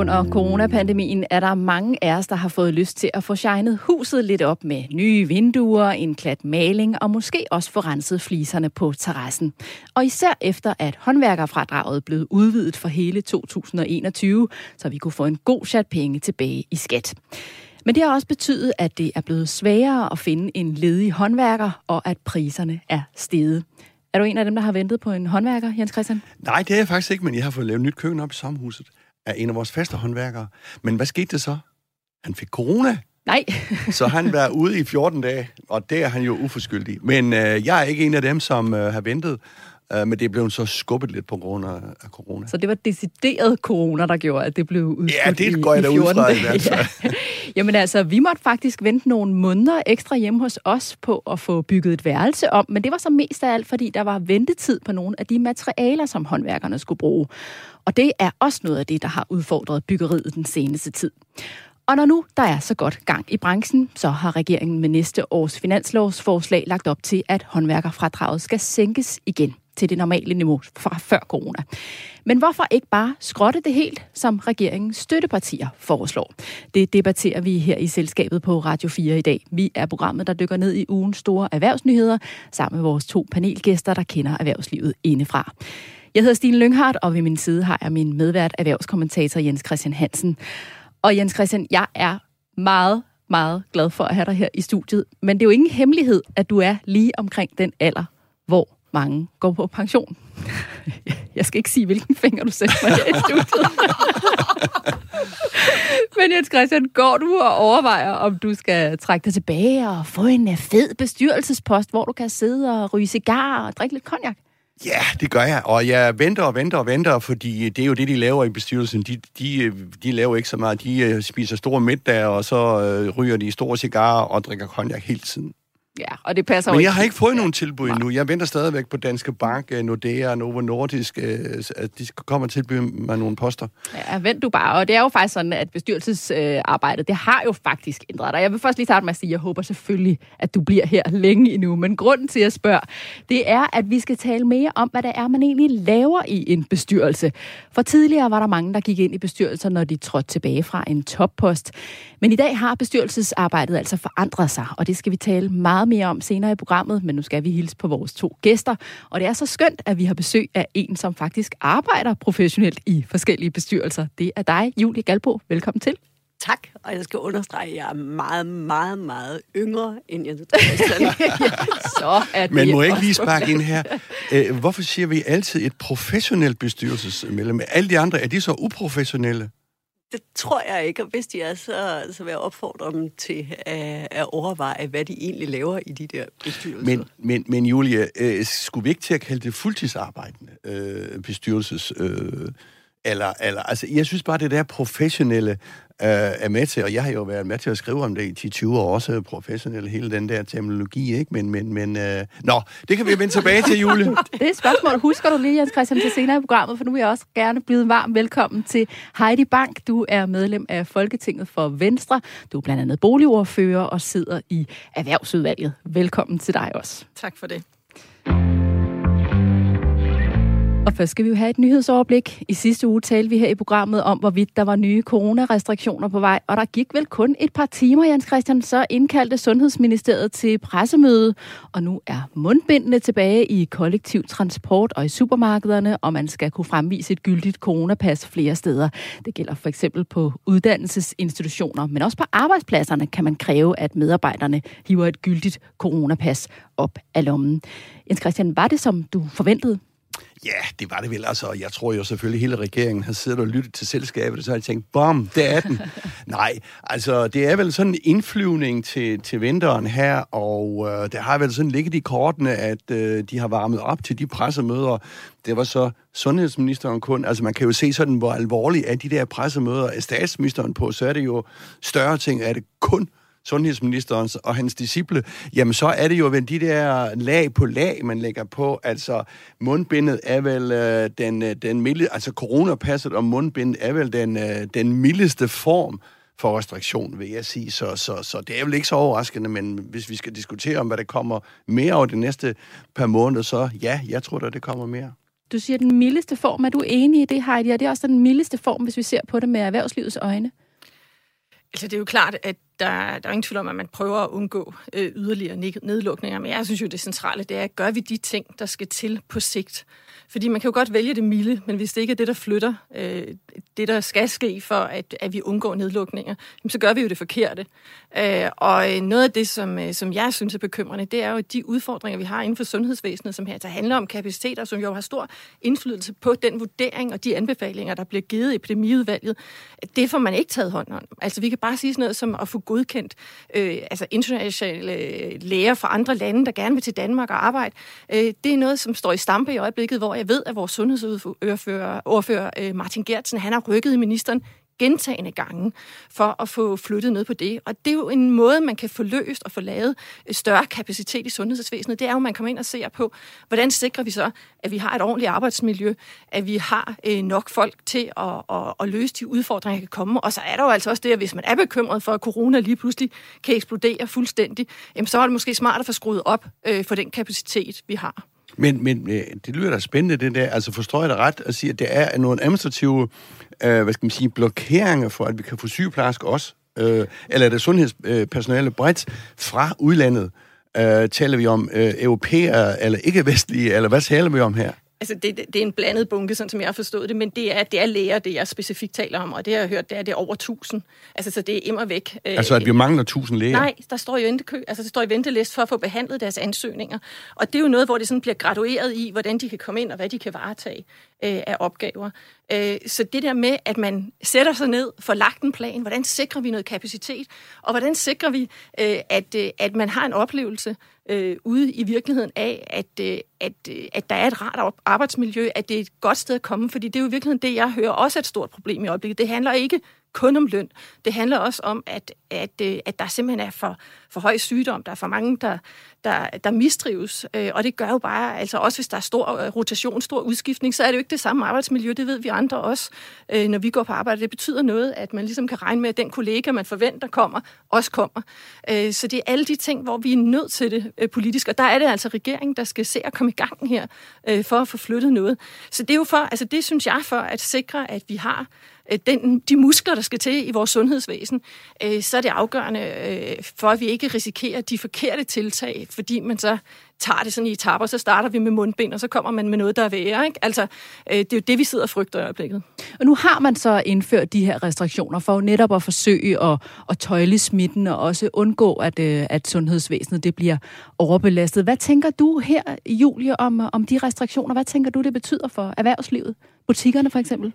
Under coronapandemien er der mange af os, der har fået lyst til at få shinet huset lidt op med nye vinduer, en klat maling og måske også få renset fliserne på terrassen. Og især efter, at håndværkerfradraget blev udvidet for hele 2021, så vi kunne få en god chat penge tilbage i skat. Men det har også betydet, at det er blevet sværere at finde en ledig håndværker, og at priserne er steget. Er du en af dem, der har ventet på en håndværker, Jens Christian? Nej, det er jeg faktisk ikke, men jeg har fået lavet nyt køkken op i sommerhuset af en af vores faste håndværkere. Men hvad skete det så? Han fik corona. Nej. Så han var ude i 14 dage, og det er han jo uforskyldig. Men jeg er ikke en af dem, som har ventet, men det blev så skubbet lidt på grund af corona. Så det var decideret corona, der gjorde, at det blev udskudt. Ja, det går jeg da ud fra i hvert fald. Ja. Jamen altså, vi måtte faktisk vente nogle måneder ekstra hjemme hos os på at få bygget et værelse om, men det var så mest af alt, fordi der var ventetid på nogle af de materialer, som håndværkerne skulle bruge. Og det er også noget af det, der har udfordret byggeriet den seneste tid. Og når nu der er så godt gang i branchen, så har regeringen med næste års finanslovsforslag lagt op til, at håndværkerfradraget skal sænkes igen til det normale niveau fra før corona. Men hvorfor ikke bare skrotte det helt, som regeringens støttepartier foreslår? Det debatterer vi her i selskabet på Radio 4 i dag. Vi er programmet, der dykker ned i ugens store erhvervsnyheder, sammen med vores 2 panelgæster, der kender erhvervslivet indefra. Jeg hedder Stine Lynghardt, og ved min side har jeg min medvært erhvervskommentator Jens Christian Hansen. Og Jens Christian, jeg er meget, meget glad for at have dig her i studiet. Men det er jo ingen hemmelighed, at du er lige omkring den alder, hvor mange går på pension. Jeg skal ikke sige, hvilken finger du sætter mig her i studiet. Men Jens Christian, går du og overvejer, om du skal trække dig tilbage og få en fed bestyrelsespost, hvor du kan sidde og ryge cigar og drikke lidt cognac? Ja, det gør jeg, og jeg venter, fordi det er jo det, de laver i bestyrelsen. De laver ikke så meget. De spiser store middag, og så ryger de store cigarer og drikker cognac hele tiden. Ja, og det passer. Men jeg har ikke fået nogen tilbud endnu. Jeg venter stadigvæk på Danske Bank, Nordea, Novo Nordisk, at de kommer til at tilbyde mig nogle poster. Ja, vent du bare. Og det er jo faktisk sådan, at bestyrelsesarbejdet, det har jo faktisk ændret dig. Jeg vil først lige starte med at sige, at jeg håber selvfølgelig, at du bliver her længe endnu. Men grunden til at spørge, det er, at vi skal tale mere om, hvad det er, man egentlig laver i en bestyrelse. For tidligere var der mange, der gik ind i bestyrelser, når de trådte tilbage fra en toppost. Men i dag har bestyrelsesarbejdet altså forandret sig, og det skal vi tale meget mere om senere i programmet, men nu skal vi hilse på vores 2 gæster. Og det er så skønt, at vi har besøg af en, som faktisk arbejder professionelt i forskellige bestyrelser. Det er dig, Julie Galbo. Velkommen til. Tak, og jeg skal understrege, at jeg er meget, meget, meget yngre end Jens Christian. Så er det. Men må jeg ikke lige sparke ind her? Hvorfor siger vi altid et professionelt bestyrelsesmedlem? Alle de andre, er de så uprofessionelle? Det tror jeg ikke, og hvis de er, så vil jeg opfordre dem til at overveje, hvad de egentlig laver i de der bestyrelser. Men Julie, skulle vi ikke til at kalde det fuldtidsarbejdende bestyrelses... altså, jeg synes bare, det der professionelle er med til, og jeg har jo været med til at skrive om det i 10-20 år, også professionelle, hele den der terminologi, ikke? Men det kan vi vende tilbage til, Julie. Det er et spørgsmål. Husker du lige, Jens Christian, til senere i programmet, for nu vil jeg også gerne byde varmt velkommen til Heidi Bank. Du er medlem af Folketinget for Venstre. Du er blandt andet boligordfører og sidder i Erhvervsudvalget. Velkommen til dig også. Tak for det. Og først skal vi jo have et nyhedsoverblik. I sidste uge talte vi her i programmet om, hvorvidt der var nye coronarestriktioner på vej, og der gik vel kun et par timer, Jens Christian, så indkaldte Sundhedsministeriet til pressemøde, og nu er mundbindene tilbage i kollektiv transport og i supermarkederne, og man skal kunne fremvise et gyldigt coronapas flere steder. Det gælder for eksempel på uddannelsesinstitutioner, men også på arbejdspladserne kan man kræve, at medarbejderne hiver et gyldigt coronapas op af lommen. Jens Christian, var det som du forventede? Ja, det var det vel. Altså, jeg tror jo selvfølgelig, hele regeringen har siddet og lyttet til selskabet, og så har jeg tænkt, bom, det er den. Nej, altså, det er vel sådan en indflyvning til vinteren her, og der har vel sådan ligget i kortene, at de har varmet op til de pressemøder. Det var så sundhedsministeren kun. Altså, man kan jo se sådan, hvor alvorligt er de der pressemøder af statsministeren på, så er det jo større ting, er det kun sundhedsministeren og hans disciple, jamen så er det jo vel de der lag på lag, man lægger på. Altså mundbindet er vel den milde, altså coronapasset og mundbindet er vel den mildeste form for restriktion, vil jeg sige. Så det er vel ikke så overraskende, men hvis vi skal diskutere om, hvad der kommer mere over de næste par måneder, så ja, jeg tror da, det kommer mere. Du siger den mildeste form. Er du enig i det, Heidi? Og det er også den mildeste form, hvis vi ser på det med erhvervslivets øjne? Altså, det er jo klart, at der er ingen tvivl om, at man prøver at undgå yderligere nedlukninger. Men jeg synes jo, det centrale, det er, at gør vi de ting, der skal til på sigt. Fordi man kan jo godt vælge det milde, men hvis det ikke er det, der flytter, det der skal ske for, at vi undgår nedlukninger, så gør vi jo det forkerte. Og noget af det, som jeg synes er bekymrende, det er jo de udfordringer, vi har inden for sundhedsvæsenet, som her, der handler om kapaciteter, som jo har stor indflydelse på den vurdering og de anbefalinger, der bliver givet i epidemiudvalget. Det får man ikke taget hånd om. Altså, vi kan bare sige sådan noget som at få godkendt internationale læger fra andre lande, der gerne vil til Danmark og arbejde. Det er noget, som står i stampe i øjeblikket, hvor jeg ved, at vores sundhedsordfører Martin Geertsen, han har rykket i ministeren gentagne gange for at få flyttet noget på det. Og det er jo en måde, man kan få løst og få lavet større kapacitet i sundhedsvæsenet. Det er jo, at man kommer ind og ser på, hvordan sikrer vi så, at vi har et ordentligt arbejdsmiljø, at vi har nok folk til at løse de udfordringer, der kan komme. Og så er der jo altså også det, at hvis man er bekymret for, at corona lige pludselig kan eksplodere fuldstændig, så er det måske smart at få skruet op for den kapacitet, vi har. Men det lyder da spændende, det der. Altså forstår jeg det ret at sige, at der er nogle administrative blokeringer for, at vi kan få sygeplejersker også? Eller er det sundhedspersonale bredt fra udlandet? Taler vi om europæere eller ikke-vestlige, eller hvad taler vi om her? Altså, det er en blandet bunke, sådan som jeg har forstået det, men det er læger, det jeg specifikt taler om, og det jeg har hørt, det er over 1000. Altså, så det er immer væk. Altså, at vi mangler 1000 læger? Nej, der står i ventekø, altså der står i venteliste for at få behandlet deres ansøgninger, og det er jo noget, hvor det sådan bliver gradueret i, hvordan de kan komme ind, og hvad de kan varetage af opgaver. Så det der med, at man sætter sig ned, får lagt en plan, hvordan sikrer vi noget kapacitet, og hvordan sikrer vi, at man har en oplevelse ude i virkeligheden af, at der er et rart arbejdsmiljø, at det er et godt sted at komme, fordi det er jo i virkeligheden det, jeg hører også er et stort problem i øjeblikket. Det handler ikke kun om løn. Det handler også om, at der simpelthen er for høj sygdom. Der er for mange, der mistrives, og det gør jo bare, altså også hvis der er stor rotation, stor udskiftning, så er det jo ikke det samme arbejdsmiljø. Det ved vi andre også, når vi går på arbejde. Det betyder noget, at man ligesom kan regne med, at den kollega, man forventer kommer, også kommer. Så det er alle de ting, hvor vi er nødt til det politisk, og der er det altså regeringen, der skal se at komme i gang her, for at få flyttet noget. Så det er jo for, altså det synes jeg for at sikre, at vi har de muskler, der skal til i vores sundhedsvæsen, så er det afgørende for, at vi ikke risikerer de forkerte tiltag, fordi man så tager det sådan i etaper, så starter vi med mundbind, og så kommer man med noget, der er værre, ikke? Altså, det er jo det, vi sidder og frygter i øjeblikket. Og nu har man så indført de her restriktioner for netop at forsøge at tøjle smitten og også undgå, at sundhedsvæsenet det bliver overbelastet. Hvad tænker du her, Julie, om de restriktioner? Hvad tænker du, det betyder for erhvervslivet? Butikkerne for eksempel?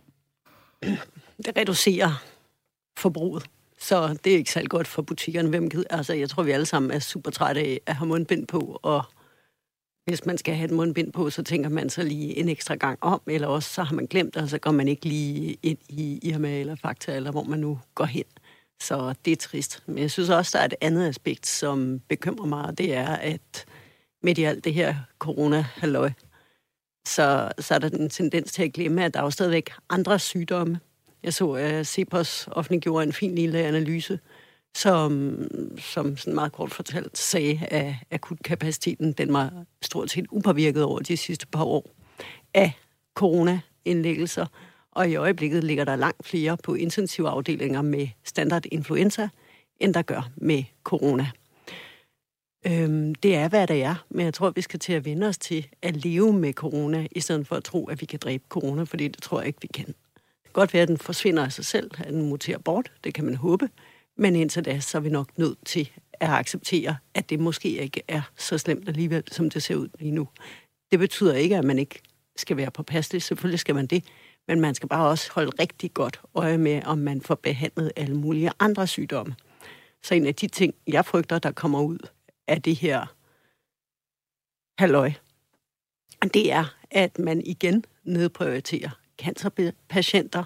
Det reducerer forbruget, så det er ikke særlig godt for butikkerne. Altså, jeg tror, vi alle sammen er super trætte af at have mundbind på, og hvis man skal have et mundbind på, så tænker man så lige en ekstra gang om, eller også så har man glemt det, og så går man ikke lige ind i Irma eller Fakta, eller hvor man nu går hen. Så det er trist. Men jeg synes også, der er et andet aspekt, som bekymrer mig, og det er, at midt i alt det her corona-halløj, så er der en tendens til at glemme, at der er jo stadigvæk andre sygdomme. Jeg så, at CEPOS offentliggjorde en fin lille analyse, som sådan meget kort fortalt sagde, at akutkapaciteten, den var stort set upåvirket over de sidste par år af corona-indlæggelser. Og i øjeblikket ligger der langt flere på intensivafdelinger med standard-influenza, end der gør med corona. Det er, hvad det er, men jeg tror, vi skal til at vende os til at leve med corona, i stedet for at tro, at vi kan dræbe corona, fordi det tror jeg ikke, vi kan. Det kan godt være, at den forsvinder af sig selv, at den muterer bort, det kan man håbe, men indtil da, så er vi nok nødt til at acceptere, at det måske ikke er så slemt alligevel, som det ser ud lige nu. Det betyder ikke, at man ikke skal være påpasselig, selvfølgelig skal man det, men man skal bare også holde rigtig godt øje med, om man får behandlet alle mulige andre sygdomme. Så en af de ting, jeg frygter, der kommer ud af det her halløj, det er, at man igen nedprioriterer cancerpatienter.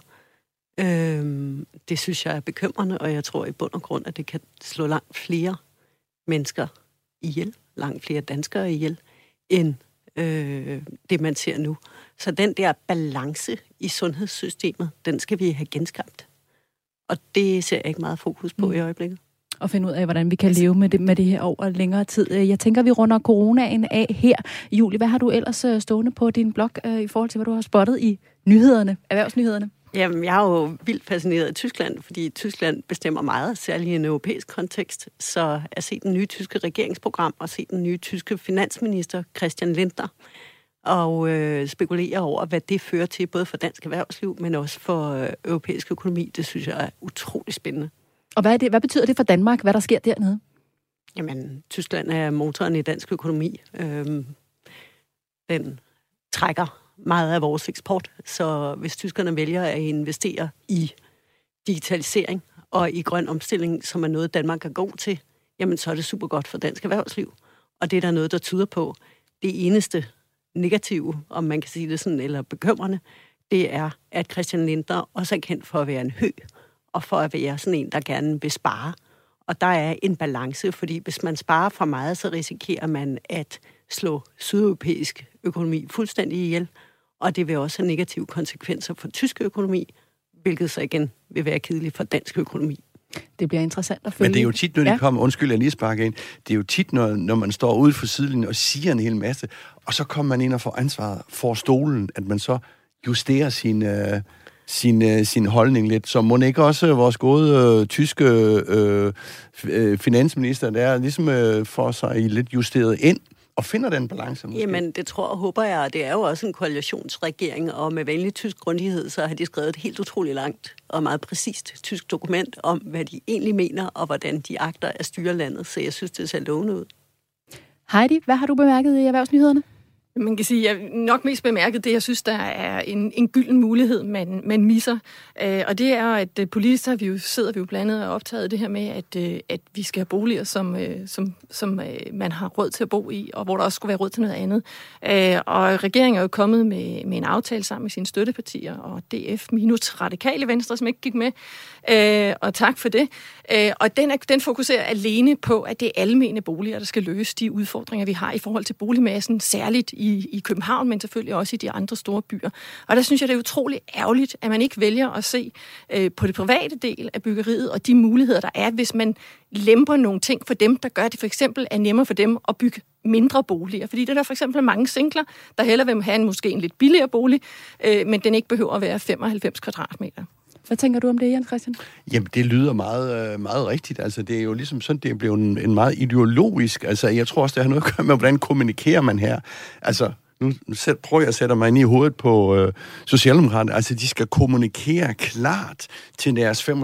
Det synes jeg er bekymrende, og jeg tror i bund og grund, at det kan slå langt flere mennesker ihjel, langt flere danskere ihjel, end det, man ser nu. Så den der balance i sundhedssystemet, den skal vi have genskabt. Og det ser jeg ikke meget fokus på i øjeblikket. og finde ud af, hvordan vi kan leve med det her over længere tid. Jeg tænker, vi runder coronaen af her. Julie, hvad har du ellers stående på din blog i forhold til, hvad du har spottet i nyhederne, erhvervsnyhederne? Jamen, jeg er jo vildt fascineret af Tyskland, fordi Tyskland bestemmer meget, særligt i en europæisk kontekst. Så at se den nye tyske regeringsprogram og se den nye tyske finansminister, Christian Lindner, og spekulere over, hvad det fører til, både for dansk erhvervsliv, men også for europæisk økonomi, det synes jeg er utrolig spændende. Og hvad betyder det for Danmark, hvad der sker dernede? Jamen, Tyskland er motoren i dansk økonomi. Den trækker meget af vores eksport, så hvis tyskerne vælger at investere i digitalisering og i grøn omstilling, som er noget, Danmark er god til, jamen så er det super godt for dansk erhvervsliv. Og det er der noget, der tyder på. Det eneste negative, om man kan sige det sådan, eller bekymrende, det er, at Christian Lindner også er kendt for at være en høg, og for at være sådan en, der gerne vil spare. Og der er en balance, fordi hvis man sparer for meget, så risikerer man at slå sydeuropæisk økonomi fuldstændig ihjel, og det vil også have negative konsekvenser for tysk økonomi, hvilket så igen vil være kedeligt for dansk økonomi. Det bliver interessant at følge. Men det er jo tit, når de kommer, undskyld, jeg lige sparker ind, det er jo tit, når man står ude for sidelinjen og siger en hel masse, og så kommer man ind og får ansvaret for stolen, at man så justerer sin holdning lidt. Så må ikke også vores gode tyske finansminister, der ligesom får sig lidt justeret ind, og finder den balance måske? Jamen, det tror og håber jeg. Det er jo også en koalitionsregering, og med venlig tysk grundighed, så har de skrevet et helt utroligt langt og meget præcist tysk dokument om, hvad de egentlig mener, og hvordan de agter at styre landet. Så jeg synes, det ser lovende ud. Heidi, hvad har du bemærket i erhvervsnyhederne? Man kan sige, at jeg nok mest bemærket det, jeg synes, der er en gylden mulighed, man misser. Og det er, at politisk sidder vi jo blandt andet og optaget det her med, at vi skal have boliger, som man har råd til at bo i, og hvor der også skulle være råd til noget andet. Og regeringen er jo kommet med en aftale sammen med sine støttepartier, og DF minus Radikale Venstre, som ikke gik med. Og tak for det. Og den fokuserer alene på, at det er almene boliger, der skal løse de udfordringer, vi har i forhold til boligmassen, særligt i København, men selvfølgelig også i de andre store byer. Og der synes jeg, det er utroligt ærgerligt, at man ikke vælger at se på det private del af byggeriet og de muligheder, der er, hvis man lemper nogle ting for dem, der gør det for eksempel er nemmere for dem at bygge mindre boliger. Fordi der er for eksempel mange singler, der hellere vil have måske en lidt billigere bolig, men den ikke behøver at være 95 kvadratmeter. Hvad tænker du om det, Jens Christian? Jamen, det lyder meget, meget rigtigt. Altså, det er jo ligesom sådan, det er blevet en meget ideologisk. Altså, jeg tror også, det har noget at gøre med, hvordan kommunikerer man her. Altså, nu prøver jeg at sætte mig ind i hovedet på Socialdemokraterne. Altså, de skal kommunikere klart til deres 25%,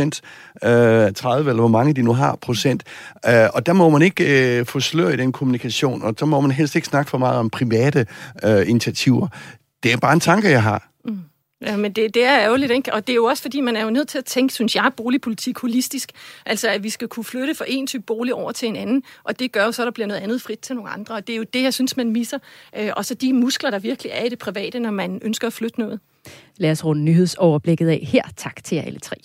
30 eller hvor mange de nu har procent. Og der må man ikke få slør i den kommunikation, og der må man helst ikke snakke for meget om private initiativer. Det er bare en tanke, jeg har. Mm. Ja, men det er ærgerligt, ikke? Og det er jo også, fordi man er jo nødt til at tænke, synes jeg, boligpolitik holistisk. Altså, at vi skal kunne flytte fra en type bolig over til en anden, og det gør jo så, at der bliver noget andet frit til nogle andre. Og det er jo det, jeg synes, man misser. Og så de muskler, der virkelig er i det private, når man ønsker at flytte noget. Lad os runde nyhedsoverblikket af her. Tak til jer alle tre.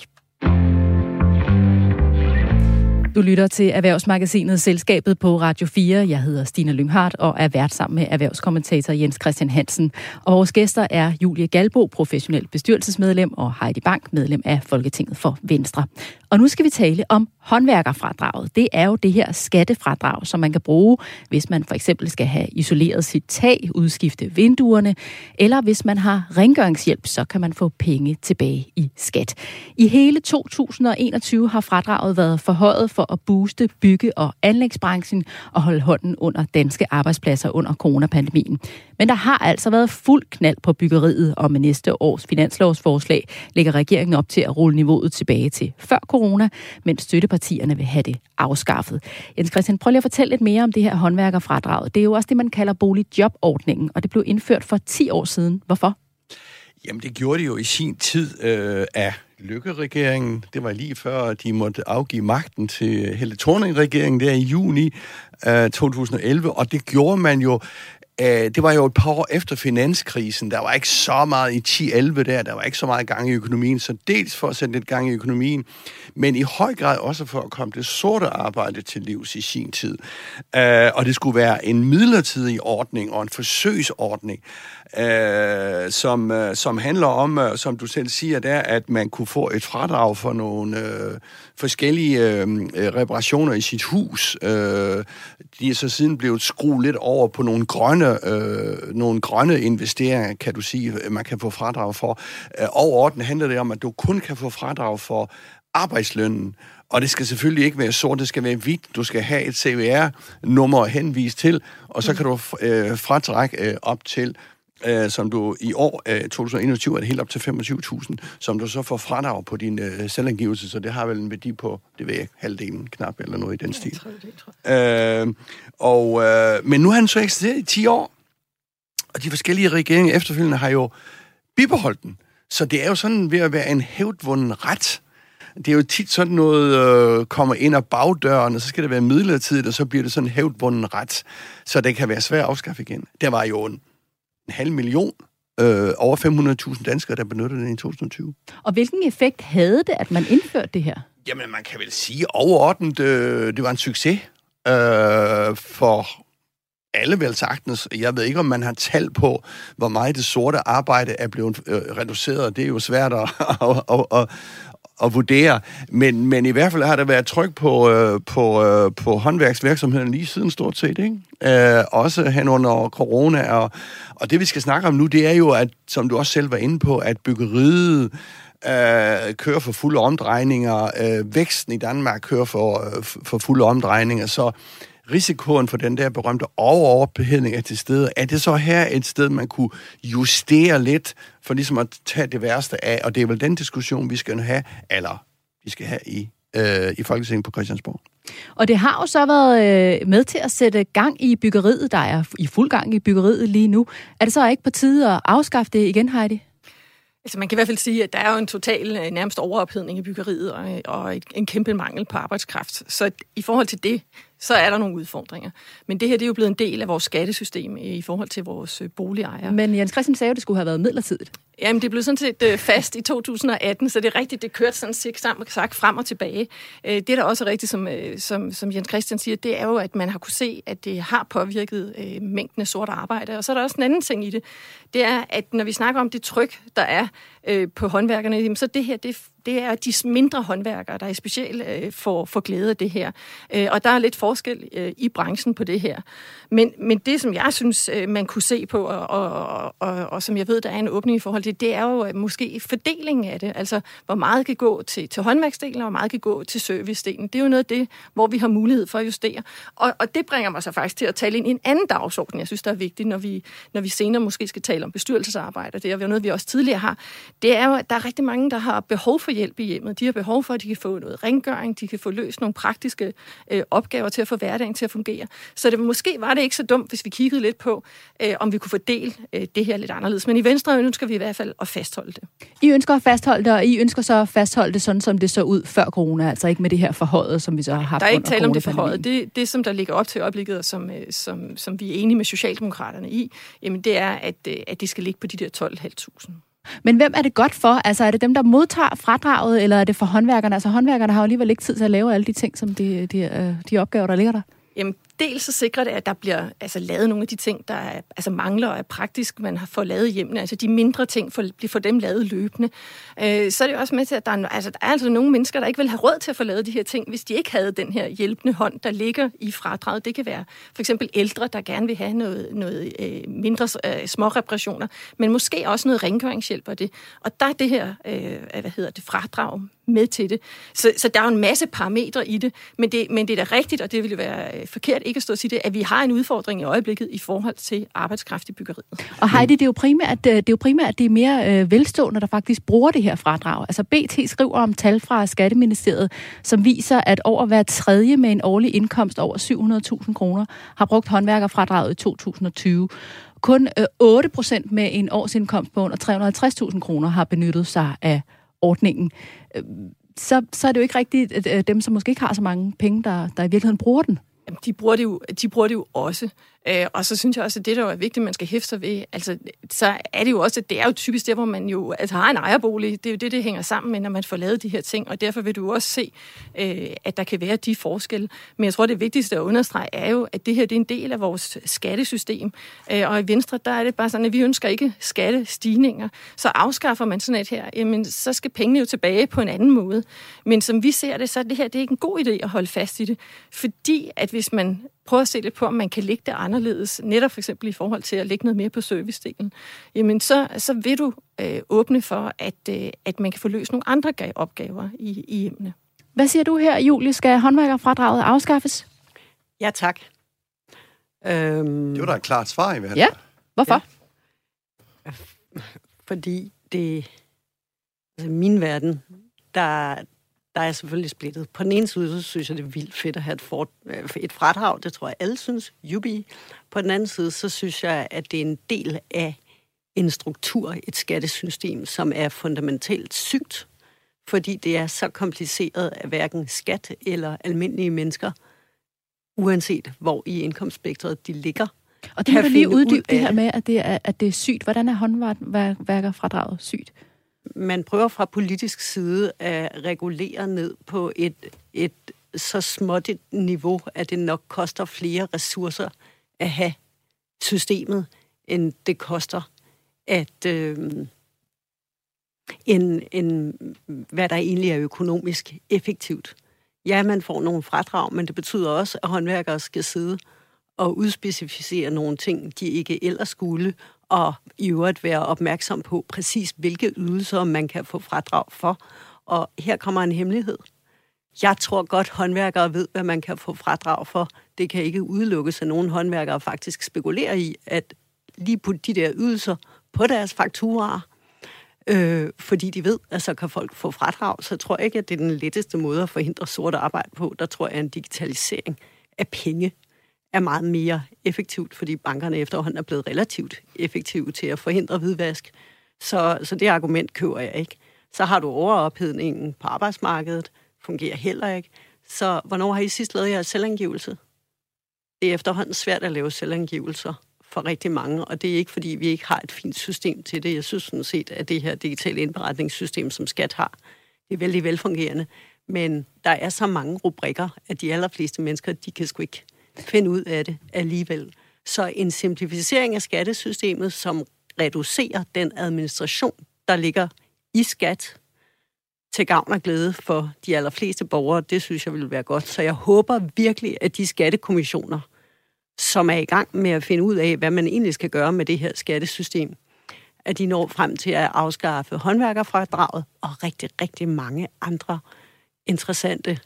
Du lytter til Erhvervsmagasinet Selskabet på Radio 4. Jeg hedder Stina Lynghardt og er vært sammen med erhvervskommentator Jens Christian Hansen. Og vores gæster er Julie Galbo, professionel bestyrelsesmedlem, og Heidi Bank, medlem af Folketinget for Venstre. Og nu skal vi tale om håndværkerfradraget. Det er jo det her skattefradrag, som man kan bruge, hvis man for eksempel skal have isoleret sit tag, udskifte vinduerne, eller hvis man har rengøringshjælp, så kan man få penge tilbage i skat. I hele 2021 har fradraget været forhøjet for at booste bygge- og anlægsbranchen og holde hånden under danske arbejdspladser under coronapandemien. Men der har altså været fuld knald på byggeriet, og med næste års finanslovsforslag lægger regeringen op til at rulle niveauet tilbage til før corona, mens støttepartierne vil have det afskaffet. Jens Christian, prøv lige at fortælle lidt mere om det her håndværkerfradrag. Det er jo også det, man kalder boligjobordningen, og det blev indført for 10 år siden. Hvorfor? Jamen, det gjorde de jo i sin tid af Løkke-regeringen. Det var lige før, de måtte afgive magten til Helle Thorning-regeringen der i juni 2011, og det gjorde man jo Det var jo et par år efter finanskrisen. Der var ikke så meget i 10-11 der var ikke så meget gang i økonomien. Så dels for at sætte lidt gang i økonomien, men i høj grad også for at komme det sorte arbejde til livs i sin tid. Og det skulle være en midlertidig ordning og en forsøgsordning, som handler om, som du selv siger der, at man kunne få et fradrag for nogle forskellige reparationer i sit hus. De er så siden blevet skruet lidt over på nogle grønne investeringer, kan du sige, man kan få fradrag for. Overordnet handler det om, at du kun kan få fradrag for arbejdslønnen. Og det skal selvfølgelig ikke være sort, det skal være hvidt. Du skal have et CVR-nummer henvist til, og så kan du fratrække op til, som du i år, 2021, er det helt op til 25.000, som du så får fradrag på din selvangivelse, så det har vel en værdi på, det ved jeg, halvdelen knap, eller noget i den stil. Men nu har den så eksisteret i 10 år, og de forskellige regeringer efterfølgende har jo bibeholdt den. Så det er jo sådan ved at være en hævdvunden ret. Det er jo tit sådan noget, kommer ind ad bagdøren, og så skal det være midlertidigt, og så bliver det sådan en hævdvunden ret, så det kan være svært at afskaffe igen. Der var jo en 500.000, over 500.000 danskere, der benyttede den i 2020. Og hvilken effekt havde det, at man indførte det her? Jamen, man kan vel sige overordnet, det var en succes for alle vel sagtens. Jeg ved ikke, om man har tal på, hvor meget det sorte arbejde er blevet reduceret. Det er jo svært at vurdere. Men i hvert fald har der været tryk på håndværksvirksomheden lige siden stort set, ikke? Også hen under corona. Og det, vi skal snakke om nu, det er jo, at, som du også selv var inde på, at byggeriet kører for fulde omdrejninger. Væksten i Danmark kører for fulde omdrejninger. Så risikoen for den der berømte overophedning er til stede. Er det så her et sted, man kunne justere lidt, for ligesom at tage det værste af? Og det er vel den diskussion, vi skal have i Folketinget på Christiansborg. Og det har jo så været med til at sætte gang i byggeriet, der er i fuld gang i byggeriet lige nu. Er det så ikke på tide at afskaffe det igen, Heidi? Altså man kan i hvert fald sige, at der er jo en total nærmest overophedning i byggeriet og en kæmpe mangel på arbejdskraft. Så i forhold til det, så er der nogle udfordringer. Men det her, det er jo blevet en del af vores skattesystem i forhold til vores boligejere. Men Jens Christian sagde jo, det skulle have været midlertidigt. Jamen, det blev sådan set fast i 2018, så det er rigtigt, det kørte sådan sagt frem og tilbage. Det er da også rigtigt, som Jens Christian siger, det er jo, at man har kunne se, at det har påvirket mængden af sort arbejde. Og så er der også en anden ting i det. Det er, at når vi snakker om det tryk, der er på håndværkerne, så det her, det er de mindre håndværkere, der i specielt får glæde af det her. Og der er lidt forskel i branchen på det her. Men det, som jeg synes, man kunne se på, og som jeg ved, der er en åbning i forhold til, det er jo måske fordelingen af det. Altså, hvor meget kan gå til håndværksdelen, og hvor meget kan gå til servicedelen. Det er jo noget af det, hvor vi har mulighed for at justere. Og det bringer mig så faktisk til at tale ind i en anden dagsorden, jeg synes, der er vigtigt, når vi senere måske skal tale om bestyrelsesarbejde. Det er jo noget, vi også tidligere har. Det er jo, at der er rigtig mange, der har behov for hjælp i hjemmet. De har behov for, at de kan få noget rengøring, de kan få løst nogle praktiske opgaver til at få hverdagen til at fungere. Så måske var det ikke så dumt, hvis vi kiggede lidt på, om vi kunne fordele det her lidt anderledes. Men i Venstre ønsker vi i hvert fald at fastholde det. I ønsker at fastholde det, og I ønsker så at fastholde det sådan, som det så ud før corona, altså ikke med det her forhøjet, som vi så har haft under der er ikke tale om det forhøjet. Det, som der ligger op til øjeblikket, og som vi er enige med Socialdemokraterne i, jamen det er, at det skal ligge på de der 12.500. Men hvem er det godt for? Altså er det dem, der modtager fradraget, eller er det for håndværkerne? Altså håndværkerne har jo alligevel ikke tid til at lave alle de ting, som de opgaver, der ligger der. Jamen, dels så sikrer det, at der bliver lavet nogle af de ting, der mangler og er praktisk, man har fået lavet hjemme. Altså de mindre ting får dem lavet løbende. Så er det jo også med til, at der er nogle mennesker, der ikke vil have råd til at få lavet de her ting, hvis de ikke havde den her hjælpende hånd, der ligger i fradraget. Det kan være for eksempel ældre, der gerne vil have noget mindre små reparationer, men måske også noget rengøringshjælp og det. Og der er det her, fradrag med til det. Så der er jo en masse parametre i det, men det er da rigtigt, og det vil jo være forkert ikke at stå og sige det, at vi har en udfordring i øjeblikket i forhold til arbejdskraft i byggeriet. Og Heidi, det er jo primært, at det er mere velstående, der faktisk bruger det her fradrag. Altså BT skriver om tal fra Skatteministeriet, som viser, at over hver tredje med en årlig indkomst over 700.000 kroner har brugt håndværkerfradraget i 2020. Kun 8% med en årsindkomst på under 350.000 kroner har benyttet sig af ordningen. Så er det jo ikke rigtigt, at dem, som måske ikke har så mange penge, der i virkeligheden bruger den. Jamen, de bruger det jo også. Og så synes jeg også, at det, der er vigtigt, man skal hæfte sig ved, altså, så er det jo også, at det er jo typisk der, hvor man jo altså, har en ejerbolig. Det er jo det hænger sammen med, når man får lavet de her ting, og derfor vil du også se, at der kan være de forskelle. Men jeg tror, det vigtigste at understrege er jo, at det her det er en del af vores skattesystem. Og i Venstre, der er det bare sådan, at vi ønsker ikke skattestigninger. Så afskaffer man sådan et her, jamen, så skal pengene jo tilbage på en anden måde. Men som vi ser det, så er det her det er ikke en god idé at holde fast i det. Fordi at hvis man prøver at se lidt på, om man kan lægge det anderledes, netop for eksempel i forhold til at lægge noget mere på servicedelen, jamen så vil du åbne for, at man kan få løst nogle andre opgaver i hjemmene. Hvad siger du her, Julie? Skal håndværkerfradraget afskaffes? Ja, tak. Det var da et klart svar i hvert fald. Ja, hvorfor? Ja. Fordi det... Altså, min verden, der er selvfølgelig splittet. På den ene side, så synes jeg, det er vildt fedt at have et fradrag. Det tror jeg, alle synes. Jubi. På den anden side, så synes jeg, at det er en del af en struktur, et skattesystem, som er fundamentalt sygt, fordi det er så kompliceret, at hverken skat eller almindelige mennesker, uanset hvor i indkomstspektret de ligger, og det må du lige uddybe det her med, at det er sygt. Hvordan er håndværkerfradraget sygt? Man prøver fra politisk side at regulere ned på et så småt niveau, at det nok koster flere ressourcer at have systemet, end det koster at hvad der egentlig er økonomisk effektivt. Ja, man får nogle fradrag, men det betyder også, at håndværkere skal sidde og udspecificere nogle ting, de ikke ellers skulle, og i øvrigt være opmærksom på præcis, hvilke ydelser man kan få fradrag for. Og her kommer en hemmelighed. Jeg tror godt, håndværkere ved, hvad man kan få fradrag for. Det kan ikke udelukkes, at nogle håndværkere faktisk spekulerer i, at lige putte de der ydelser på deres fakturaer, fordi de ved, at så kan folk få fradrag. Så jeg tror ikke, at det er den letteste måde at forhindre sort arbejde på. Der tror jeg, at en digitalisering af penge er meget mere effektivt, fordi bankerne efterhånden er blevet relativt effektive til at forhindre hvidvask. Så det argument køber jeg ikke. Så har du overophedningen på arbejdsmarkedet, fungerer heller ikke. Så hvornår har I sidst lavet jeres selvangivelse? Det er efterhånden svært at lave selvangivelser for rigtig mange, og det er ikke, fordi vi ikke har et fint system til det. Jeg synes sådan set, at det her digitale indberetningssystem, som Skat har, det er vældig velfungerende. Men der er så mange rubrikker, at de allerfleste mennesker, de kan sgu ikke finde ud af det alligevel. Så en simplificering af skattesystemet, som reducerer den administration, der ligger i skat, til gavn og glæde for de allerfleste borgere, det synes jeg vil være godt. Så jeg håber virkelig, at de skattekommissioner, som er i gang med at finde ud af, hvad man egentlig skal gøre med det her skattesystem, at de når frem til at afskaffe håndværkerfradraget og rigtig, rigtig mange andre interessante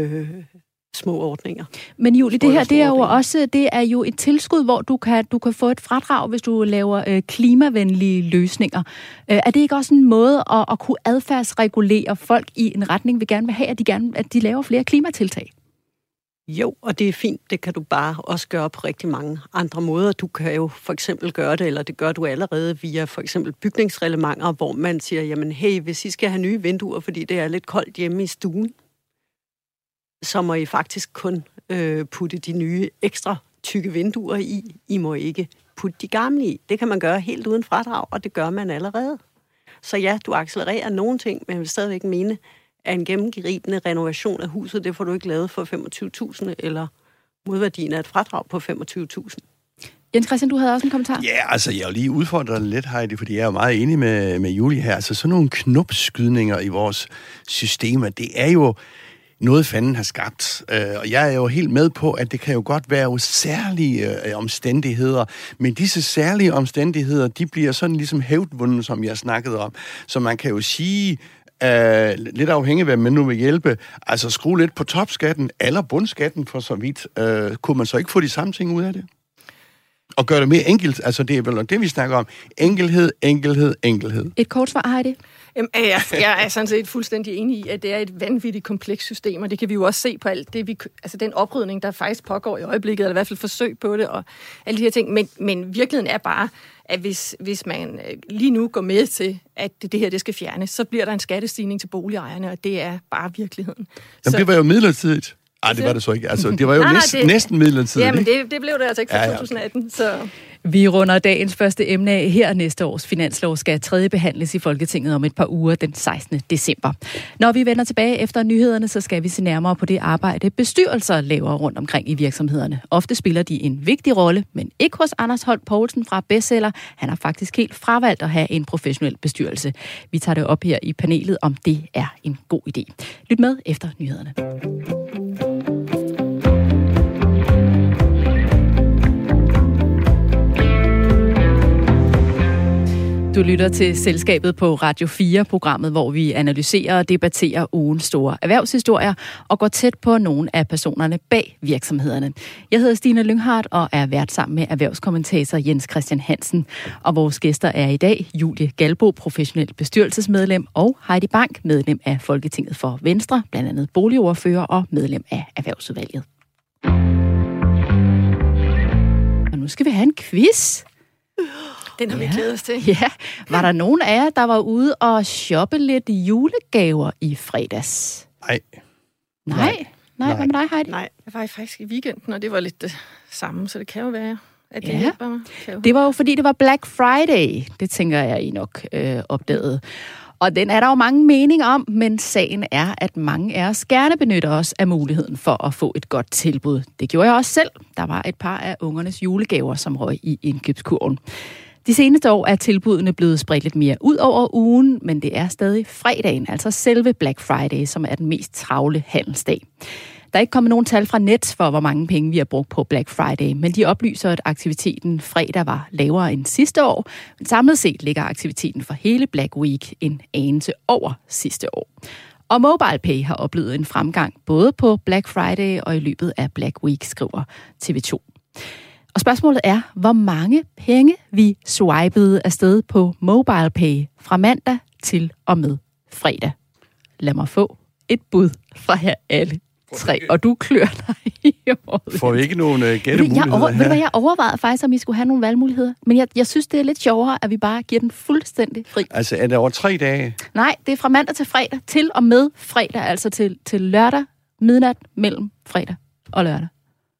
små ordninger. Men Julie, det her det er jo et tilskud, hvor du kan få et fradrag, hvis du laver klimavenlige løsninger. Er det ikke også en måde at kunne adfærdsregulere folk i en retning, vi gerne vil have, at de laver flere klimatiltag? Jo, og det er fint. Det kan du bare også gøre på rigtig mange andre måder. Du kan jo for eksempel gøre det, eller det gør du allerede via for eksempel bygningsreglementer, hvor man siger, jamen hey, hvis I skal have nye vinduer, fordi det er lidt koldt hjemme i stuen, så må I faktisk kun putte de nye ekstra tykke vinduer i. I må ikke putte de gamle i. Det kan man gøre helt uden fradrag, og det gør man allerede. Så ja, du accelererer nogle ting, men jeg vil stadigvæk mene, at en gennemgribende renovation af huset, det får du ikke lavet for 25.000, eller modværdien af et fradrag på 25.000. Jens Christian, du havde også en kommentar? Ja, altså jeg er jo lige udfordret lidt, Heidi, fordi jeg er jo meget enig med Julie her. Altså sådan nogle knopskydninger i vores systemer, det er jo noget fanden har skabt. Og jeg er jo helt med på, at det kan jo godt være jo særlige omstændigheder, men disse særlige omstændigheder, de bliver sådan ligesom hævdvundet, som jeg snakkede om. Så man kan jo sige, lidt afhængig af, hvad man nu vil hjælpe, altså skrue lidt på topskatten, eller bundskatten for så vidt, kunne man så ikke få de samme ting ud af det? Og gøre det mere enkelt, altså det er vel det, vi snakker om. Enkelhed. Et kort svar, Heidi? Jeg er sådan set fuldstændig enig i, at det er et vanvittigt komplekst system, og det kan vi jo også se på alt det, altså den oprydning, der faktisk pågår i øjeblikket, eller i hvert fald forsøg på det, og alle de her ting. Men virkeligheden er bare, at hvis man lige nu går med til, at det her det skal fjernes, så bliver der en skattestigning til boligejerne, og det er bare virkeligheden. Jamen, det var jo midlertidigt. Nej, det var det så ikke. Altså, det var jo næsten midlertidigt. Ja, men det blev det altså ikke for 2018, så... Vi runder dagens første emne af her. Næste års finanslov skal tredje behandles i Folketinget om et par uger den 16. december. Når vi vender tilbage efter nyhederne, så skal vi se nærmere på det arbejde, bestyrelser laver rundt omkring i virksomhederne. Ofte spiller de en vigtig rolle, men ikke hos Anders Holdt Poulsen fra Bestseller. Han har faktisk helt fravalgt at have en professionel bestyrelse. Vi tager det op her i panelet, om det er en god idé. Lyt med efter nyhederne. Du lytter til Selskabet på Radio 4, programmet, hvor vi analyserer og debatterer ugens store erhvervshistorier og går tæt på nogle af personerne bag virksomhederne. Jeg hedder Stine Lynghardt og er vært sammen med erhvervskommentator Jens Christian Hansen. Og vores gæster er i dag Julie Galbo, professionel bestyrelsesmedlem, og Heidi Bank, medlem af Folketinget for Venstre, blandt andet boligordfører og medlem af Erhvervsudvalget. Og nu skal vi have en quiz. Den har vi glædet os til. Ja, var der nogen af jer, der var ude og shoppe lidt julegaver i fredags? Nej. Nej, hvad med dig, Heidi? Nej, jeg var faktisk i weekenden, og det var lidt det samme, så det kan jo være, at det hjælper mig. Det var jo fordi, det var Black Friday. Det tænker jeg, I nok opdagede. Og den er der jo mange meninger om, men sagen er, at mange af os gerne benytter os af muligheden for at få et godt tilbud. Det gjorde jeg også selv. Der var et par af ungernes julegaver, som røg i indkøbskurven. De seneste år er tilbudene blevet spredt lidt mere ud over ugen, men det er stadig fredagen, altså selve Black Friday, som er den mest travle handelsdag. Der er ikke kommet nogen tal fra Nets for, hvor mange penge vi har brugt på Black Friday, men de oplyser, at aktiviteten fredag var lavere end sidste år. Men samlet set ligger aktiviteten for hele Black Week en anelse over sidste år. Og MobilePay har oplevet en fremgang både på Black Friday og i løbet af Black Week, skriver TV2. Og spørgsmålet er, hvor mange penge vi swipede afsted på MobilePay fra mandag til og med fredag. Lad mig få et bud fra jer alle tre, og du klør dig i hovedet. Får vi ikke nogen gættemuligheder her? Jeg overvejede faktisk, om I skulle have nogle valgmuligheder. Men jeg synes, det er lidt sjovere, at vi bare giver den fuldstændig fri. Altså, er det over 3 dage? Nej, det er fra mandag til fredag, til og med fredag, altså til lørdag, midnat, mellem fredag og lørdag.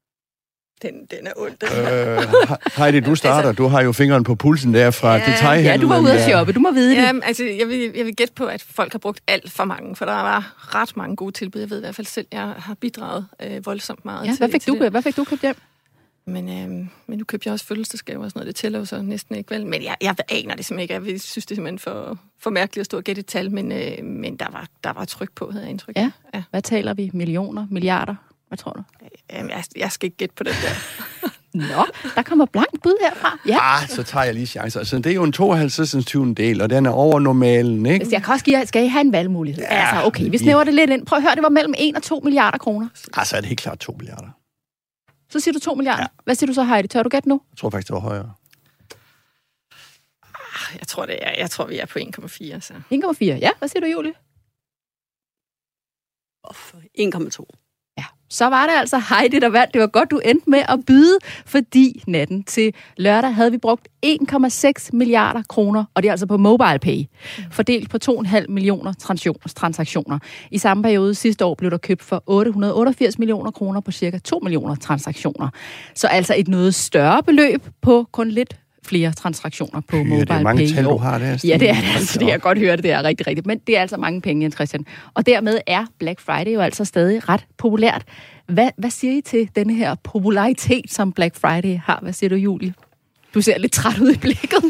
Den er ondt. Heidi, du starter. Du har jo fingeren på pulsen der fra detailhandlen. Ja, du var ude at shoppe. Du må vide det. Altså, jeg vil gætte på, at folk har brugt alt for mange, for der var ret mange gode tilbud. Jeg ved i hvert fald selv, at jeg har bidraget voldsomt meget til det. Hvad fik du købt hjem? Men nu købte jeg også fødselsdagsgaver og sådan noget. Det tæller jo så næsten ikke, vel? Men jeg aner det simpelthen ikke. Jeg synes, det er simpelthen for mærkeligt at stå og gætte et tal, men der var tryk på, havde jeg indtryk. Ja. Hvad taler vi? Millioner? Milliarder? Hvad tror du? Jeg skal ikke gætte på det der. Nå, der kommer blankt bud herfra. Ja. Så tager jeg lige chancer. Altså, det er jo en 52. del, og den er over normalen, ikke? Jeg kan også give jer, skal I have en valgmulighed? Ja, altså, okay, vi snæver det lidt ind. Prøv at høre, det var mellem 1 og 2 milliarder kroner. Altså, er det helt klart 2 milliarder. Så siger du 2 milliarder. Ja. Hvad siger du så, Heidi? Tør du gætte nu? Jeg tror faktisk, det var højere. Jeg tror, vi er på 1,4. Så. 1,4, ja. Hvad siger du, Julie? 1,2. Ja, så var det altså Heidi, der vandt. Det var godt, du endte med at byde, fordi natten til lørdag havde vi brugt 1,6 milliarder kroner, og det er altså på MobilePay, fordelt på 2,5 millioner transaktioner. I samme periode sidste år blev der købt for 888 millioner kroner på cirka 2 millioner transaktioner. Så altså et noget større beløb på kun lidt flere transaktioner på MobilePay. Det er mange tal, du har der. Ja, det er det. Altså, det kan jeg godt høre, det er rigtig rigtigt. Men det er altså mange penge, Jens Christian. Og dermed er Black Friday jo altså stadig ret populært. Hvad siger I til denne her popularitet, som Black Friday har? Hvad siger du, Julie? Du ser lidt træt ud i blikket.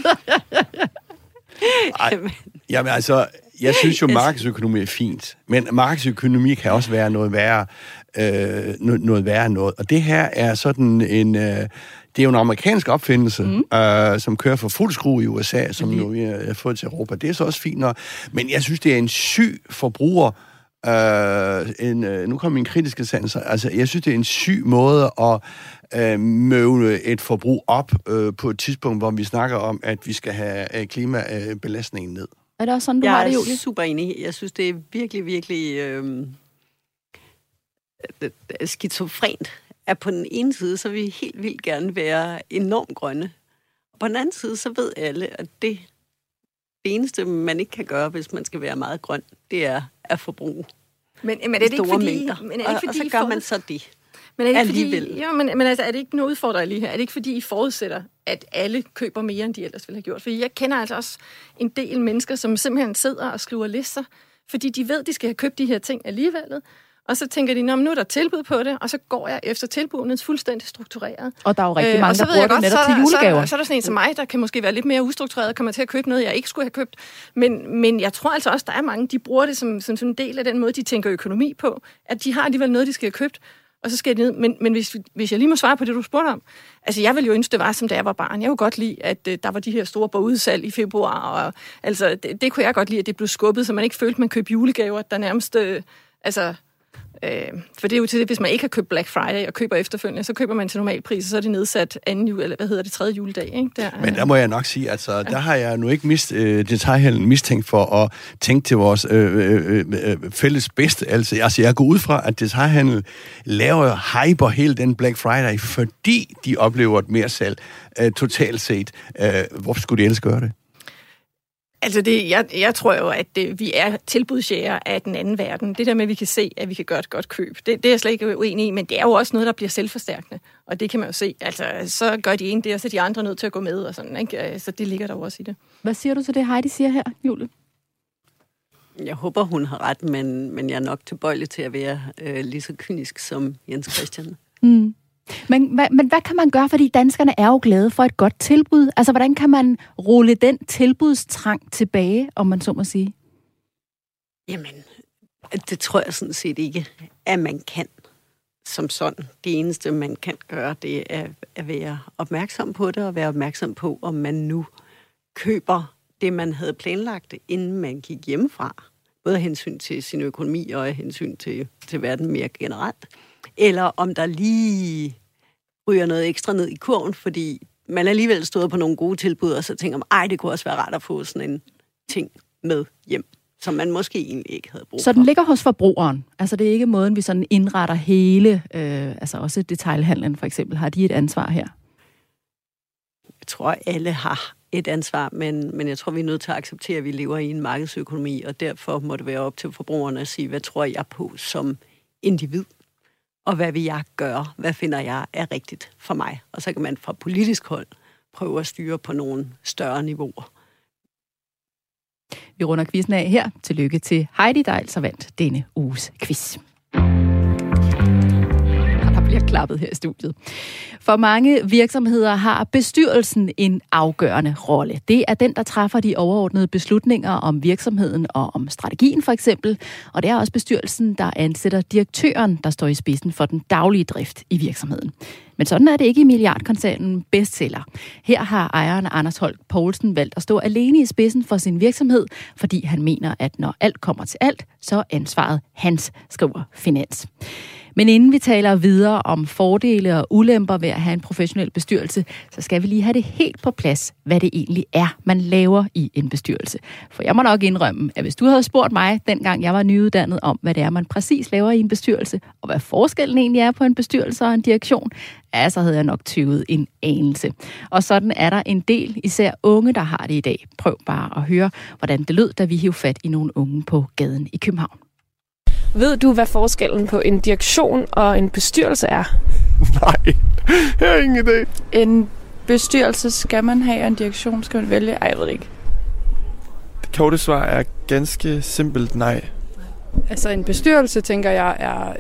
Jamen altså, jeg synes jo, markedsøkonomi er fint. Men markedsøkonomi kan også være noget værre noget. Og det her er sådan en... Det er jo en amerikansk opfindelse, som kører for fuld skrue i USA, som nu vi har fået til Europa. Det er så også fint nok. Men jeg synes, det er en syg forbruger. Nu kommer min kritiske sans. Altså, jeg synes, det er en syg måde at møvle et forbrug op på et tidspunkt, hvor vi snakker om, at vi skal have klimabelastningen ned. Er det også sådan, du har det, Julie? Jeg er super enig. Jeg synes, det er virkelig, virkelig skizofrent. At på den ene side, så vil vi helt vildt gerne være enormt grønne. Og på den anden side, så ved alle, at det eneste, man ikke kan gøre, hvis man skal være meget grøn, det er at forbruge. Men er det ikke store fordi, mængder. Men er det ikke fordi, og så gør man så det. Men er det ikke alligevel. fordi, jo, men altså, er det ikke noget udfordrer lige her? Er det ikke fordi, I forudsætter, at alle køber mere, end de ellers ville have gjort? Fordi jeg kender altså også en del mennesker, som simpelthen sidder og skriver lister, fordi de ved, de skal have købt de her ting alligevel. Og så tænker de, nu er der tilbud på det, og så går jeg efter tilbudene fuldstændig struktureret. Og der er jo rigtig mange, der bruger det netop til julegaver. Så er der sådan en som mig, der kan måske være lidt mere ustruktureret og kommer til at købe noget, jeg ikke skulle have købt. Men jeg tror altså også, der er mange, de bruger det som en del af den måde, de tænker økonomi på, at de har alligevel noget, de skal have købt, og så skal det ned. Men hvis jeg lige må svare på det, du spurgte om. Altså, jeg ville jo ønske, det var, som da jeg var barn. Jeg kunne godt lide, at der var de her store bogudsalg i februar, og altså, det kunne jeg godt lide, at det blev skubbet, så man ikke følte, man købte julegaver, der nærmest, for det er jo til det, hvis man ikke har købt Black Friday og køber efterfølgende, så køber man til normal pris, og så er det nedsat tredje juledag, ikke? Men der må jeg nok sige, altså, der har jeg nu ikke detailhandlen mistænkt for at tænke til vores fælles bedste. Altså, jeg går ud fra, at detailhandlen hyper hele den Black Friday, fordi de oplever et mere salg totalt set. Hvorfor skulle de ellers gøre det? Altså, jeg tror jo, at vi er tilbudsjæger af den anden verden. Det der med, at vi kan se, at vi kan gøre et godt køb, det er jeg slet ikke uenig i, men det er jo også noget, der bliver selvforstærkende. Og det kan man jo se. Altså, så gør de ene det, og så er de andre nødt til at gå med, og sådan, ikke? Så det ligger der jo også i det. Hvad siger du til det, Heidi siger her, Julie? Jeg håber, hun har ret, men jeg er nok tilbøjelig til at være lige så kynisk som Jens Christian. Mm. Men hvad kan man gøre, fordi danskerne er jo glade for et godt tilbud? Altså, hvordan kan man rulle den tilbudstrang tilbage, om man så må sige? Jamen, det tror jeg sådan set ikke, at man kan som sådan. Det eneste, man kan gøre, det er at være opmærksom på det, og være opmærksom på, om man nu køber det, man havde planlagt, inden man gik hjemmefra. Både af hensyn til sin økonomi og af hensyn til verden mere generelt. Eller om der lige ryger noget ekstra ned i kurven, fordi man alligevel stod på nogle gode tilbud, og så tænker man, det kunne også være rart at få sådan en ting med hjem, som man måske egentlig ikke havde brug for. Så den ligger hos forbrugeren? Altså det er ikke måden, vi sådan indretter hele, altså også detailhandlen for eksempel. Har de et ansvar her? Jeg tror, alle har et ansvar, men jeg tror, vi er nødt til at acceptere, at vi lever i en markedsøkonomi, og derfor må det være op til forbrugerne at sige, hvad tror jeg på som individ? Og hvad vil jeg gøre? Hvad finder jeg er rigtigt for mig? Og så kan man fra politisk hold prøve at styre på nogle større niveauer. Vi runder quizzen af her. Tillykke til Heidi, der altså vandt denne uges quiz. Der bliver klappet her i studiet. For mange virksomheder har bestyrelsen en afgørende rolle. Det er den, der træffer de overordnede beslutninger om virksomheden og om strategien for eksempel. Og det er også bestyrelsen, der ansætter direktøren, der står i spidsen for den daglige drift i virksomheden. Men sådan er det ikke i milliardkoncernen Bestseller. Her har ejeren Anders Holk Poulsen valgt at stå alene i spidsen for sin virksomhed, fordi han mener, at når alt kommer til alt, så er ansvaret hans, skriver Finans. Men inden vi taler videre om fordele og ulemper ved at have en professionel bestyrelse, så skal vi lige have det helt på plads, hvad det egentlig er, man laver i en bestyrelse. For jeg må nok indrømme, at hvis du havde spurgt mig, dengang jeg var nyuddannet, om hvad det er, man præcis laver i en bestyrelse, og hvad forskellen egentlig er på en bestyrelse og en direktion, så havde jeg nok tøvet en anelse. Og sådan er der en del, især unge, der har det i dag. Prøv bare at høre, hvordan det lød, da vi hiv fat i nogle unge på gaden i København. Ved du, hvad forskellen på en direktion og en bestyrelse er? Nej, jeg har ingen idé. En bestyrelse skal man have, og en direktion skal man vælge. Jeg ved det ikke. Det korte svar er ganske simpelt nej. Altså en bestyrelse, tænker jeg, er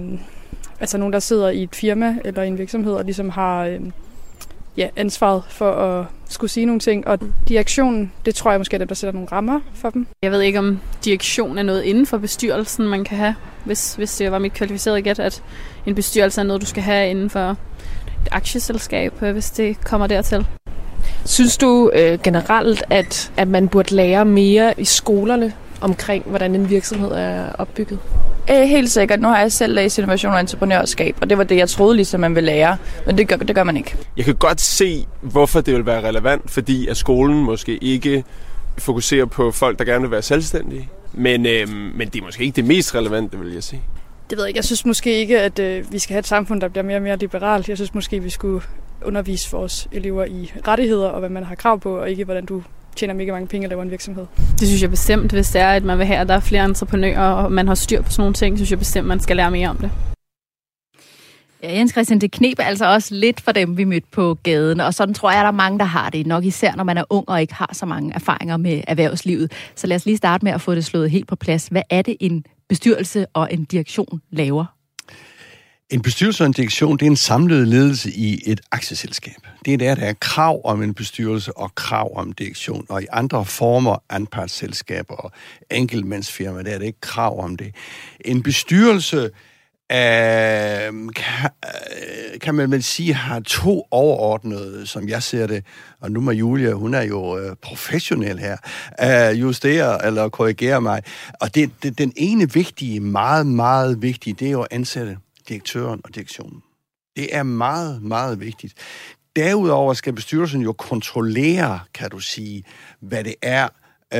altså nogen, der sidder i et firma eller i en virksomhed og ligesom har ansvaret for at skulle sige nogle ting. Og direktionen, det tror jeg måske er dem, der sætter nogle rammer for dem. Jeg ved ikke, om direktion er noget inden for bestyrelsen, man kan have. Hvis det var mit kvalificerede gæt, at en bestyrelse er noget, du skal have inden for et aktieselskab, hvis det kommer dertil. Synes du generelt, at man burde lære mere i skolerne omkring, hvordan en virksomhed er opbygget? Helt sikkert. Nu har jeg selv læst innovation og entreprenørskab, og det var det, jeg troede ligesom, man ville lære. Men det gør man ikke. Jeg kan godt se, hvorfor det vil være relevant, fordi at skolen måske ikke fokuserer på folk, der gerne vil være selvstændige. Men det er måske ikke det mest relevante, vil jeg sige. Det ved jeg ikke. Jeg synes måske ikke, at vi skal have et samfund, der bliver mere og mere liberalt. Jeg synes måske, vi skulle undervise vores elever i rettigheder og hvad man har krav på, og ikke hvordan du tjener mega mange penge og laver en virksomhed. Det synes jeg bestemt, hvis det er, at man vil have, at der er flere entreprenører, og man har styr på sådan nogle ting, synes jeg bestemt, man skal lære mere om det. Ja, Jens Christian, det kneber altså også lidt for dem, vi mødte på gaden, og sådan tror jeg, der er mange, der har det, nok især når man er ung og ikke har så mange erfaringer med erhvervslivet. Så lad os lige starte med at få det slået helt på plads. Hvad er det, en bestyrelse og en direktion laver? En bestyrelse og en direktion, det er en samlet ledelse i et aktieselskab. Det er der er krav om en bestyrelse og krav om direktion, og i andre former, anpartsselskaber og enkeltmandsfirmaer, der er det ikke krav om det. En bestyrelse kan man vel sige, har 2 overordnede, som jeg ser det, og nu må Julia, hun er jo professionel her, justere eller korrigere mig. Og den ene vigtige, meget, meget vigtige, det er jo at ansætte direktøren og direktionen. Det er meget, meget vigtigt. Derudover skal bestyrelsen jo kontrollere, kan du sige, hvad det er,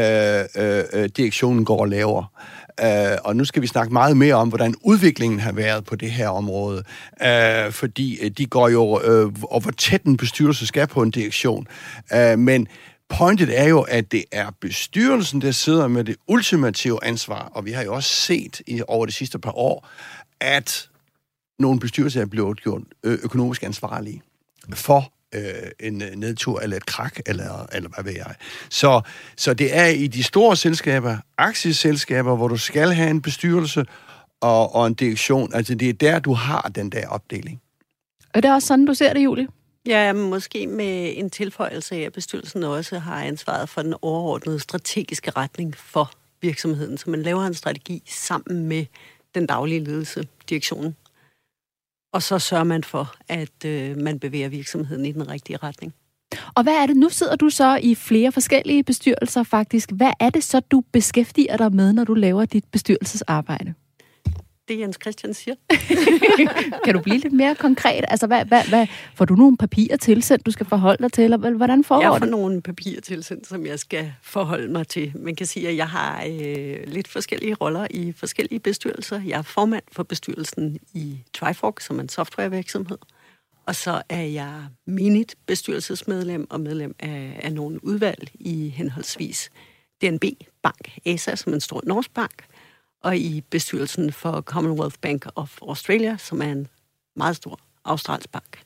direktionen går og laver. Og nu skal vi snakke meget mere om, hvordan udviklingen har været på det her område. Fordi de går jo, og hvor tæt en bestyrelse skal på en direktion. Men pointet er jo, at det er bestyrelsen, der sidder med det ultimative ansvar. Og vi har jo også set over de sidste par år, at nogle bestyrelser er blevet gjort økonomisk ansvarlige for en nedtur eller et krak, eller hvad ved jeg. Så det er i de store selskaber, aktieselskaber, hvor du skal have en bestyrelse og en direktion. Altså det er der, du har den der opdeling. Er det også sådan, du ser det, Julie? Ja, måske med en tilføjelse af, at bestyrelsen også har ansvaret for den overordnede strategiske retning for virksomheden. Så man laver en strategi sammen med den daglige ledelse, direktionen. Og så sørger man for, at man bevæger virksomheden i den rigtige retning. Og hvad er det? Nu sidder du så i flere forskellige bestyrelser faktisk. Hvad er det så, du beskæftiger dig med, når du laver dit bestyrelsesarbejde? Det Jens Christian siger. Kan du blive lidt mere konkret? Altså, hvad får du nogle papirer tilsendt, du skal forholde dig til? Eller hvordan foregår det? Jeg får nogle papirer tilsendt, som jeg skal forholde mig til. Man kan sige, at jeg har lidt forskellige roller i forskellige bestyrelser. Jeg er formand for bestyrelsen i Trifork, som er en softwarevirksomhed. Og så er jeg menigt bestyrelsesmedlem og medlem af nogle udvalg i henholdsvis DNB Bank ASA, som er en stor norsk bank, og i bestyrelsen for Commonwealth Bank of Australia, som er en meget stor australsk bank.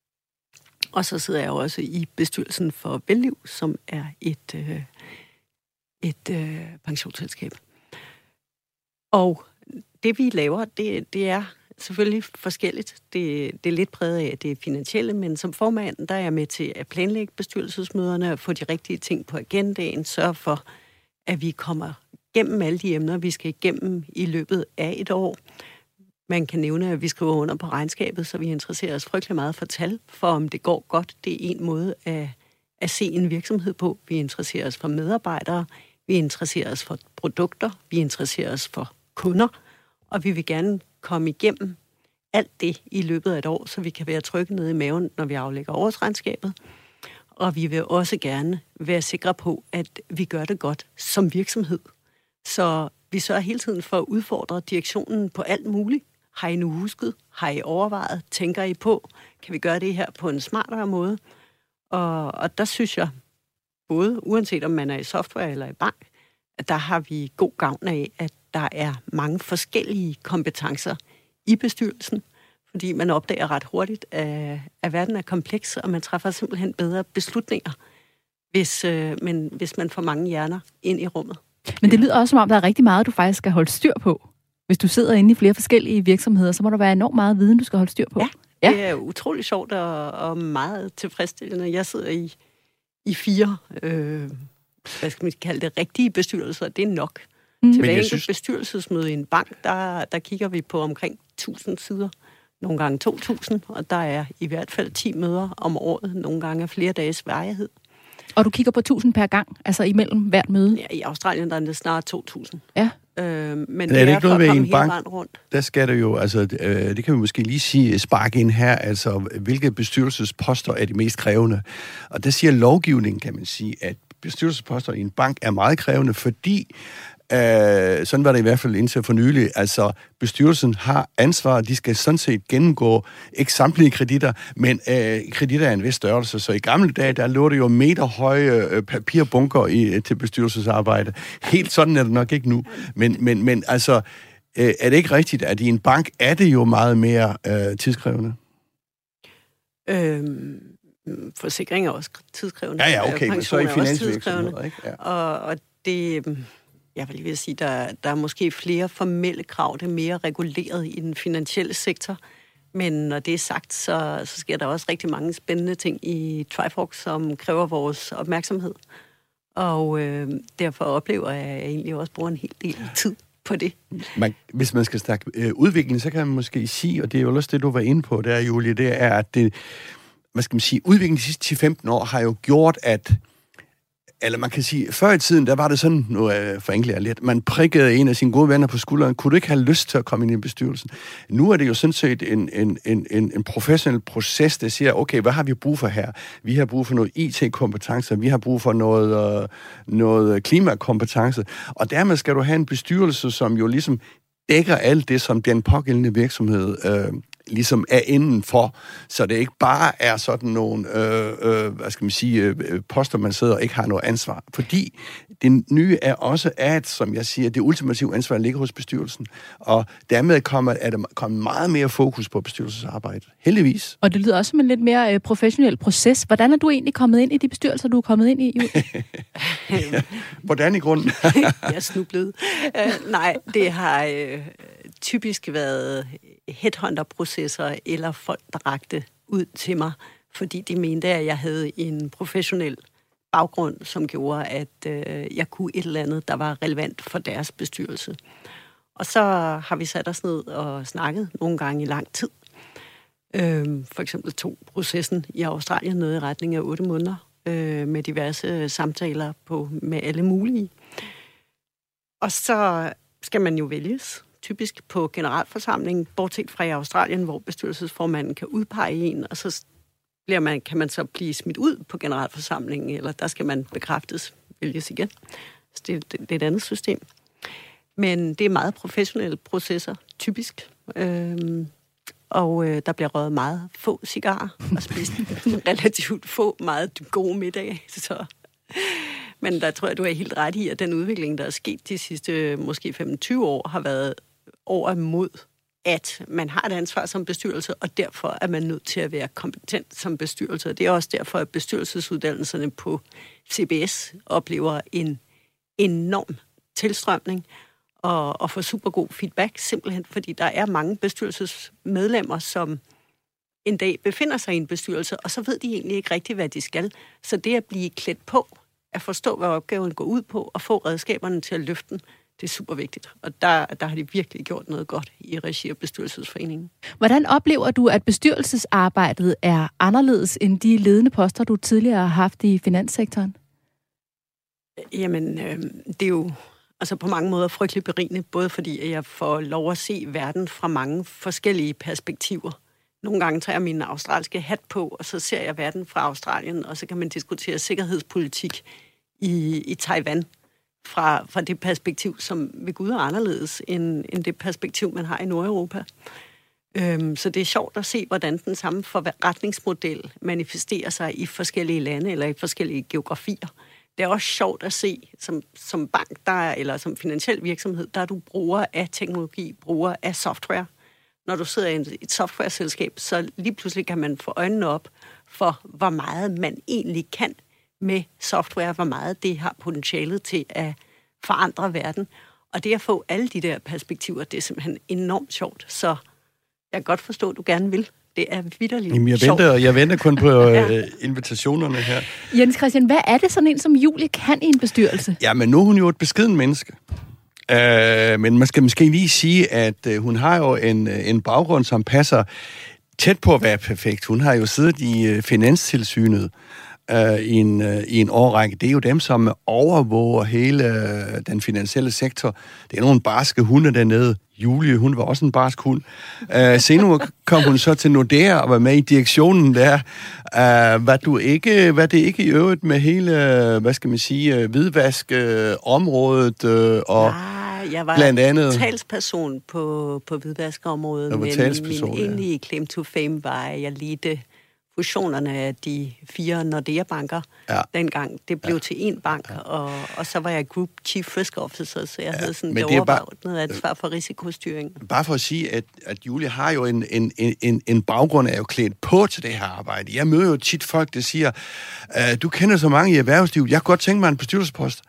Og så sidder jeg også i bestyrelsen for Velliv, som er et pensionsselskab. Og det vi laver, det er selvfølgelig forskelligt. Det er lidt præget af det finansielle, men som formand, der er jeg med til at planlægge bestyrelsesmøderne og få de rigtige ting på agendaen, sørge for, at vi kommer gennem alle de emner, vi skal igennem i løbet af et år. Man kan nævne, at vi skriver under på regnskabet, så vi interesserer os frygtelig meget for tal, for om det går godt. Det er en måde at se en virksomhed på. Vi interesserer os for medarbejdere, vi interesserer os for produkter, vi interesserer os for kunder, og vi vil gerne komme igennem alt det i løbet af et år, så vi kan være trygge nede i maven, når vi aflægger årsregnskabet. Og vi vil også gerne være sikre på, at vi gør det godt som virksomhed. Så vi sørger hele tiden for at udfordre direktionen på alt muligt. Har I nu husket? Har I overvejet? Tænker I på? Kan vi gøre det her på en smartere måde? Og der synes jeg, både uanset om man er i software eller i bank, at der har vi god gavn af, at der er mange forskellige kompetencer i bestyrelsen, fordi man opdager ret hurtigt, at verden er kompleks, og man træffer simpelthen bedre beslutninger, hvis man får mange hjerner ind i rummet. Men det lyder også som om, der er rigtig meget, du faktisk skal holde styr på. Hvis du sidder inde i flere forskellige virksomheder, så må der være enormt meget viden, du skal holde styr på. Ja. Det er utrolig sjovt og meget tilfredsstillende. Jeg sidder i 4, hvad skal man kalde det, rigtige bestyrelser. Det er nok. Til hver enkelt bestyrelsesmøde i en bank, der kigger vi på omkring 1000 sider. Nogle gange 2000, og der er i hvert fald 10 møder om året. Nogle gange flere dages varighed. Og du kigger på 1000 per gang, altså imellem hvert møde? Ja, i Australien der er det snart 2000. Ja. Men det er ikke noget med en bank, der skal det jo, altså det kan vi måske lige sige, sparke ind her, altså hvilke bestyrelsesposter er de mest krævende. Og der siger lovgivningen, kan man sige, at bestyrelsesposter i en bank er meget krævende, fordi sådan var det i hvert fald indtil for nylig. Altså, bestyrelsen har ansvar, de skal sådan set gennemgå ikke samtlige kreditter, men kreditter af en vis størrelse. Så i gamle dage, der lå det jo meterhøje papirbunker til bestyrelsesarbejde. Helt sådan er det nok ikke nu. Men altså, er det ikke rigtigt, at i en bank er det jo meget mere tidskrævende? Forsikring er også tidskrævende. Ja, okay, men så i finansvirksomheder, ikke? Ja. Og det, jeg vil lige sige, der er måske flere formelle krav, det er mere reguleret i den finansielle sektor, men når det er sagt, så sker der også rigtig mange spændende ting i Trifork, som kræver vores opmærksomhed, og derfor oplever jeg, at jeg egentlig også bruger en hel del tid på det. Hvis man skal snakke udvikling, så kan man måske sige, og det er jo også det, du var inde på der, Julie, det er, at det, hvad skal man sige, udviklingen de sidste 10-15 år har jo gjort, at, eller man kan sige, før i tiden, der var det sådan, nu forenkler jeg lidt, man prikkede en af sine gode venner på skulderen, kunne du ikke have lyst til at komme ind i bestyrelsen? Nu er det jo sådan set en professionel proces, der siger, okay, hvad har vi brug for her? Vi har brug for noget IT-kompetencer, vi har brug for noget klimakompetence, og dermed skal du have en bestyrelse, som jo ligesom dækker alt det, som den pågældende virksomhed ligesom er indenfor, så det ikke bare er sådan nogle, hvad skal man sige, poster, man sidder og ikke har noget ansvar. Fordi det nye er også, at, som jeg siger, det ultimative ansvar ligger hos bestyrelsen, og dermed er der kommet meget mere fokus på bestyrelsesarbejdet. Heldigvis. Og det lyder også som en lidt mere professionel proces. Hvordan er du egentlig kommet ind i de bestyrelser, du er kommet ind i? Ja, hvordan i grunden? Jeg snublede. Nej, det har typisk været headhunter-processer eller folk, der rakte ud til mig, fordi de mente, at jeg havde en professionel baggrund, som gjorde, at jeg kunne et eller andet, der var relevant for deres bestyrelse. Og så har vi sat os ned og snakket nogle gange i lang tid. For eksempel tog processen i Australien noget i retning af 8 måneder, med diverse samtaler med alle mulige. Og så skal man jo vælges, typisk på generalforsamlingen, bortset fra i Australien, hvor bestyrelsesformanden kan udpege en, og så kan man så blive smidt ud på generalforsamlingen, eller der skal man bekræftes, vælges igen. Så det er et andet system. Men det er meget professionelle processer, typisk. Og der bliver røget meget få cigarer og spist relativt få meget gode middage. Så. Men der tror jeg, du er helt ret i, at den udvikling, der er sket de sidste måske 25 år, har været over imod, at man har et ansvar som bestyrelse, og derfor er man nødt til at være kompetent som bestyrelse. Og det er også derfor, at bestyrelsesuddannelserne på CBS oplever en enorm tilstrømning og får super god feedback, simpelthen fordi der er mange bestyrelsesmedlemmer, som en dag befinder sig i en bestyrelse, og så ved de egentlig ikke rigtigt, hvad de skal. Så det at blive klædt på, at forstå, hvad opgaven går ud på, og få redskaberne til at løfte den, det er super vigtigt. Og der har de virkelig gjort noget godt i regi af bestyrelsesforeningen. Hvordan oplever du, at bestyrelsesarbejdet er anderledes end de ledende poster, du tidligere har haft i finanssektoren? Jamen, det er jo på mange måder frygtelig berigende, både fordi jeg får lov at se verden fra mange forskellige perspektiver. Nogle gange tager jeg min australske hat på, og så ser jeg verden fra Australien, og så kan man diskutere sikkerhedspolitik i Taiwan fra det perspektiv, som ved Gud er anderledes end det perspektiv, man har i Nordeuropa. Så det er sjovt at se, hvordan den samme forretningsmodel manifesterer sig i forskellige lande eller i forskellige geografier. Det er også sjovt at se, som bank eller som finansiel virksomhed, der er du bruger af teknologi, bruger af software. Når du sidder i et software-selskab, så lige pludselig kan man få øjnene op for, hvor meget man egentlig kan med software, hvor meget det har potentialet til at forandre verden. Og det at få alle de der perspektiver, det er simpelthen enormt sjovt. Så jeg kan godt forstå, at du gerne vil. Det er vitterligt sjovt. Jeg venter kun på invitationerne her. Jens Christian, hvad er det sådan en som Julie kan i en bestyrelse? Ja, men nu er hun jo et beskedent menneske. Men man skal måske lige sige, at hun har jo en baggrund, som passer tæt på at være perfekt. Hun har jo siddet i Finanstilsynet, i en årrække. Det er jo dem, som overvåger hele den finansielle sektor. Det er nogle barske hunde dernede. Julie, hun var også en barsk hund. Senere kom hun så til Nordea og var med i direktionen der. Var det ikke i øvrigt med hele, hvad skal man sige, hvidvaskeområdet og jeg var blandt andet talsperson på hvidvaskeområdet, men min egentlige claim to fame var, at jeg ledte fusionerne af de 4 Nordea-banker dengang. Det blev til én bank, og så var jeg Group Chief Risk Officer, så jeg havde sådan det overordnede ansvar for risikostyring. Bare for at sige, at Julie har jo en baggrund af jo klædt på til det her arbejde. Jeg møder jo tit folk, der siger, du kender så mange i erhvervslivet, jeg kunne godt tænke mig en bestyrelsespost.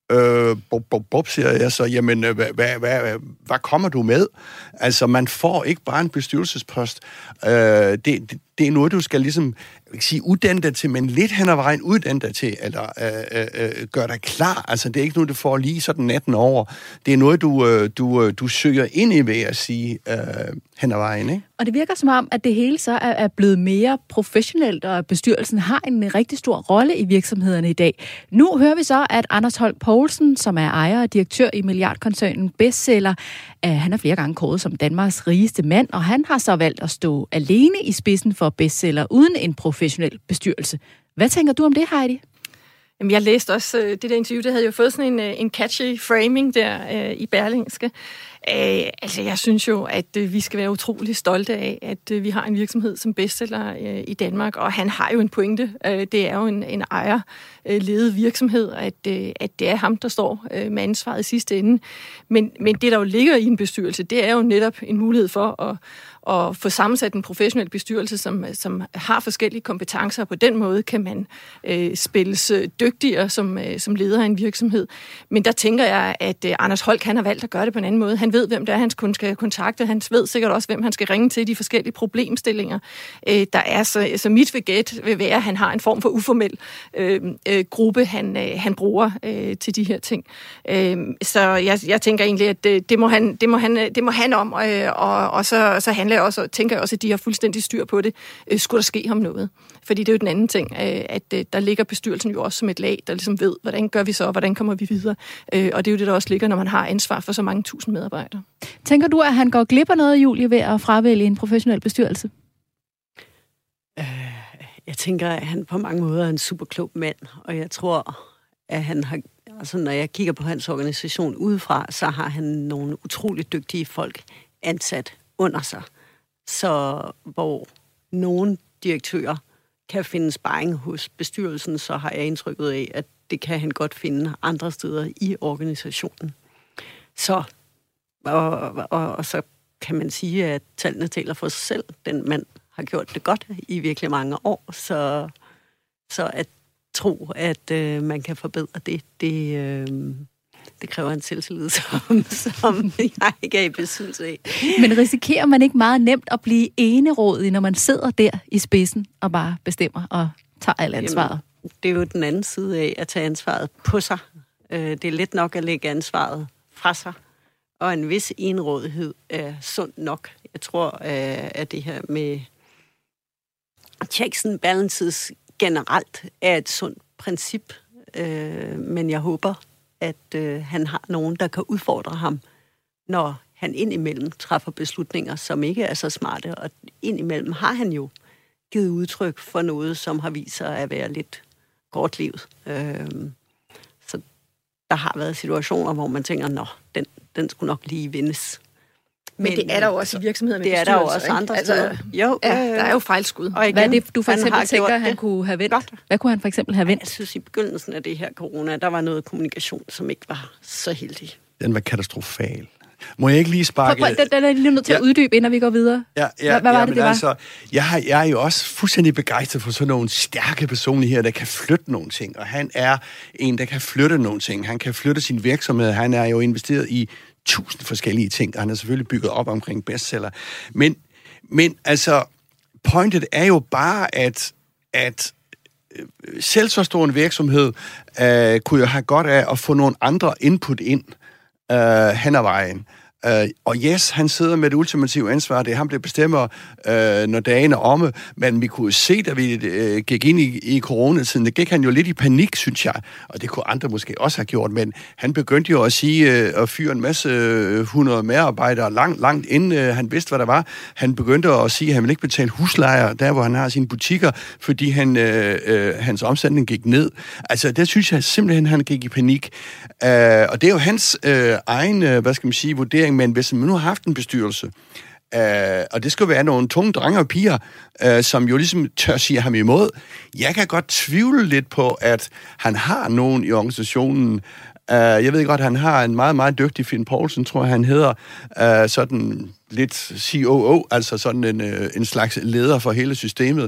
Siger jeg så, jamen, hvad kommer du med? Altså, man får ikke bare en bestyrelsespost. Det er noget, du skal ligesom, uddanne dig til, men lidt hen ad vejen uddanne dig til, eller gøre dig klar. Altså, det er ikke noget, du får lige sådan 18 år. Det er noget, du søger ind i, vil jeg sige, hen ad vejen, ikke? Og det virker som om, at det hele så er blevet mere professionelt, og bestyrelsen har en rigtig stor rolle i virksomhederne i dag. Nu hører vi så, at Anders Holk Poulsen, som er ejer og direktør i milliardkoncernen Bestseller, han er flere gange kåret som Danmarks rigeste mand, og han har så valgt at stå alene i spidsen for Bestseller uden en professionel bestyrelse. Hvad tænker du om det, Heidi? Jamen, jeg læste også det der interview, det havde jo fået sådan en catchy framing der i Berlingske. Altså, jeg synes jo, at vi skal være utrolig stolte af, at vi har en virksomhed som Bestseller i Danmark, og han har jo en pointe. Det er jo en ejerledet virksomhed, at det er ham, der står med ansvaret i sidste ende. Men det, der jo ligger i en bestyrelse, det er jo netop en mulighed for at få sammensat en professionel bestyrelse, som har forskellige kompetencer, og på den måde kan man spilles dygtigere som leder af en virksomhed. Men der tænker jeg, at Anders Holk, han har valgt at gøre det på en anden måde. Han ved, hvem det er, han skal kontakte. Han ved sikkert også, hvem han skal ringe til de forskellige problemstillinger. Der er så mit vil være, at han har en form for uformel gruppe, han bruger til de her ting. Så jeg tænker egentlig, at det må han om, og så handler jeg også, tænker jeg også, at de har fuldstændig styr på det. Skulle der ske ham noget? Fordi det er jo den anden ting, at der ligger bestyrelsen jo også som et lag, der ligesom ved, hvordan gør vi så, hvordan kommer vi videre? Og det er jo det, der også ligger, når man har ansvar for så mange tusind medarbejdere. Tænker du, at han går glip af noget, Julie, ved at fravælge en professionel bestyrelse? Jeg tænker, at han på mange måder er en super klog mand, og jeg tror, at han har, altså når jeg kigger på hans organisation udefra, så har han nogle utroligt dygtige folk ansat under sig. Så hvor nogle direktører kan finde sparring hos bestyrelsen, så har jeg indtrykket af, at det kan han godt finde andre steder i organisationen. Så, og så kan man sige, at tallene taler for sig selv. Den mand har gjort det godt i virkelig mange år, så at tro, at man kan forbedre det kræver en selvtillid, som jeg ikke er i besiddelse af. Men risikerer man ikke meget nemt at blive enerådig, når man sidder der i spidsen og bare bestemmer og tager alt ansvaret? Jamen, det er jo den anden side af at tage ansvaret på sig. Det er let nok at lægge ansvaret fra sig, og en vis enerådighed er sund nok. Jeg tror, at det her med checks and balances generelt er et sundt princip, men jeg håber, at han har nogen, der kan udfordre ham, når han indimellem træffer beslutninger, som ikke er så smarte. Og indimellem har han jo givet udtryk for noget, som har vist sig at være lidt kortlivet. Så der har været situationer, hvor man tænker, den skulle nok lige vindes. Men det er der jo også i virksomheder med bestyrelser. Det er der jo også andre steder. Jo, der er jo fejlskud. Og igen, hvad er det, du for eksempel tænker, han kunne have vendt? Godt. Hvad kunne han for eksempel have vendt? Jeg synes, i begyndelsen af det her corona, der var noget kommunikation, som ikke var så heldig. Den var katastrofal. Må jeg ikke lige sparke... Den er lige nødt til at uddybe, inden vi går videre. Hvad var det var? Altså, jeg er jo også fuldstændig begejstret for sådan nogle stærke personligheder, der kan flytte nogle ting. Og han er en, der kan flytte nogle ting. Han kan flytte sin virksomhed. Han er jo investeret i 1000 forskellige ting, og han er selvfølgelig bygget op omkring Bestseller. Men altså, pointet er jo bare, at selv så stor en virksomhed kunne jo have godt af at få nogle andre input ind hen ad vejen. Og yes, han sidder med det ultimative ansvar. Det er ham, der bestemmer, når dagen er omme. Men vi kunne se, da vi gik ind i coronatiden, det gik han jo lidt i panik, synes jeg. Og det kunne andre måske også have gjort. Men han begyndte jo at sige, at fyre en masse 100 medarbejdere langt inden han vidste, hvad der var. Han begyndte at sige, at han ville ikke betale huslejer, der hvor han har sine butikker, fordi hans omsætning gik ned. Altså, der synes jeg simpelthen, han gik i panik. Og det er jo hans egen, vurdering, men hvis man nu har haft en bestyrelse, og det skal være nogle tunge drenge og piger, som jo ligesom tør sige ham imod. Jeg kan godt tvivle lidt på, at han har nogen i organisationen. Jeg ved godt, at han har en meget, meget dygtig Finn Poulsen, tror jeg, han hedder, sådan lidt COO, altså sådan en slags leder for hele systemet.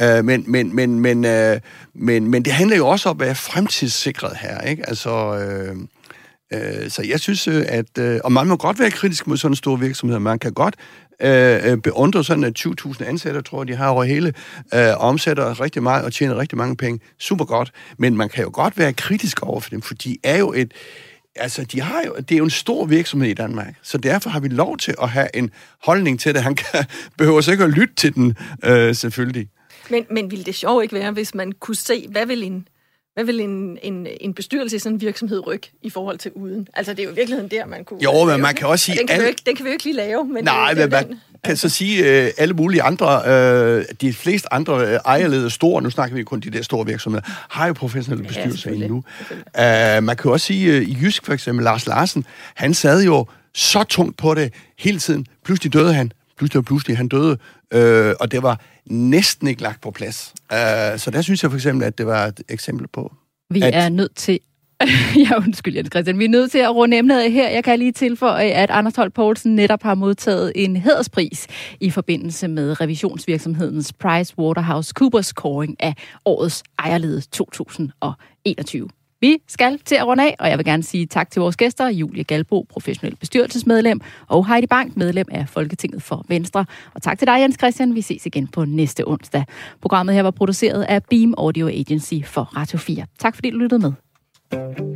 Men det handler jo også om at være fremtidssikret her, ikke? Altså... Så jeg synes, og man må godt være kritisk mod sådan en stor virksomhed. Man kan godt beundre sådan, at 20.000 ansatte, tror jeg, de har over hele, omsætter rigtig meget og tjener rigtig mange penge. Super godt. Men man kan jo godt være kritisk over for dem, for de er jo det er jo en stor virksomhed i Danmark, så derfor har vi lov til at have en holdning til det. Han behøver så ikke at lytte til den, selvfølgelig. Men ville det sjovt ikke være, hvis man kunne se, hvad vil en bestyrelse i sådan en virksomhed rykke i forhold til uden? Altså, det er jo i virkeligheden der, man kunne... Jo, men man kan også sige... Den kan vi jo ikke lige lave, men... Nej, men man kan så sige, alle mulige andre... de fleste andre ejerledere store, nu snakker vi kun de der store virksomheder, har jo professionelle bestyrelser endnu. Man kan også sige, i Jysk for eksempel, Lars Larsen, han sad jo så tungt på det hele tiden. Pludselig døde han. Pludselig han døde. Og det var næsten ikke lagt på plads. Så der synes jeg for eksempel, at det var et eksempel på. Vi er nødt til... undskyld, Jens Christian. Vi er nødt til at runde emnet her. Jeg kan lige tilføje, at Anders Holk Poulsen netop har modtaget en hæderspris i forbindelse med revisionsvirksomhedens PricewaterhouseCoopers kåring af årets ejerlede 2021. Vi skal til at runde af, og jeg vil gerne sige tak til vores gæster, Julie Galbo, professionel bestyrelsesmedlem, og Heidi Bank, medlem af Folketinget for Venstre. Og tak til dig, Jens Christian. Vi ses igen på næste onsdag. Programmet her var produceret af Beam Audio Agency for Radio 4. Tak fordi du lyttede med.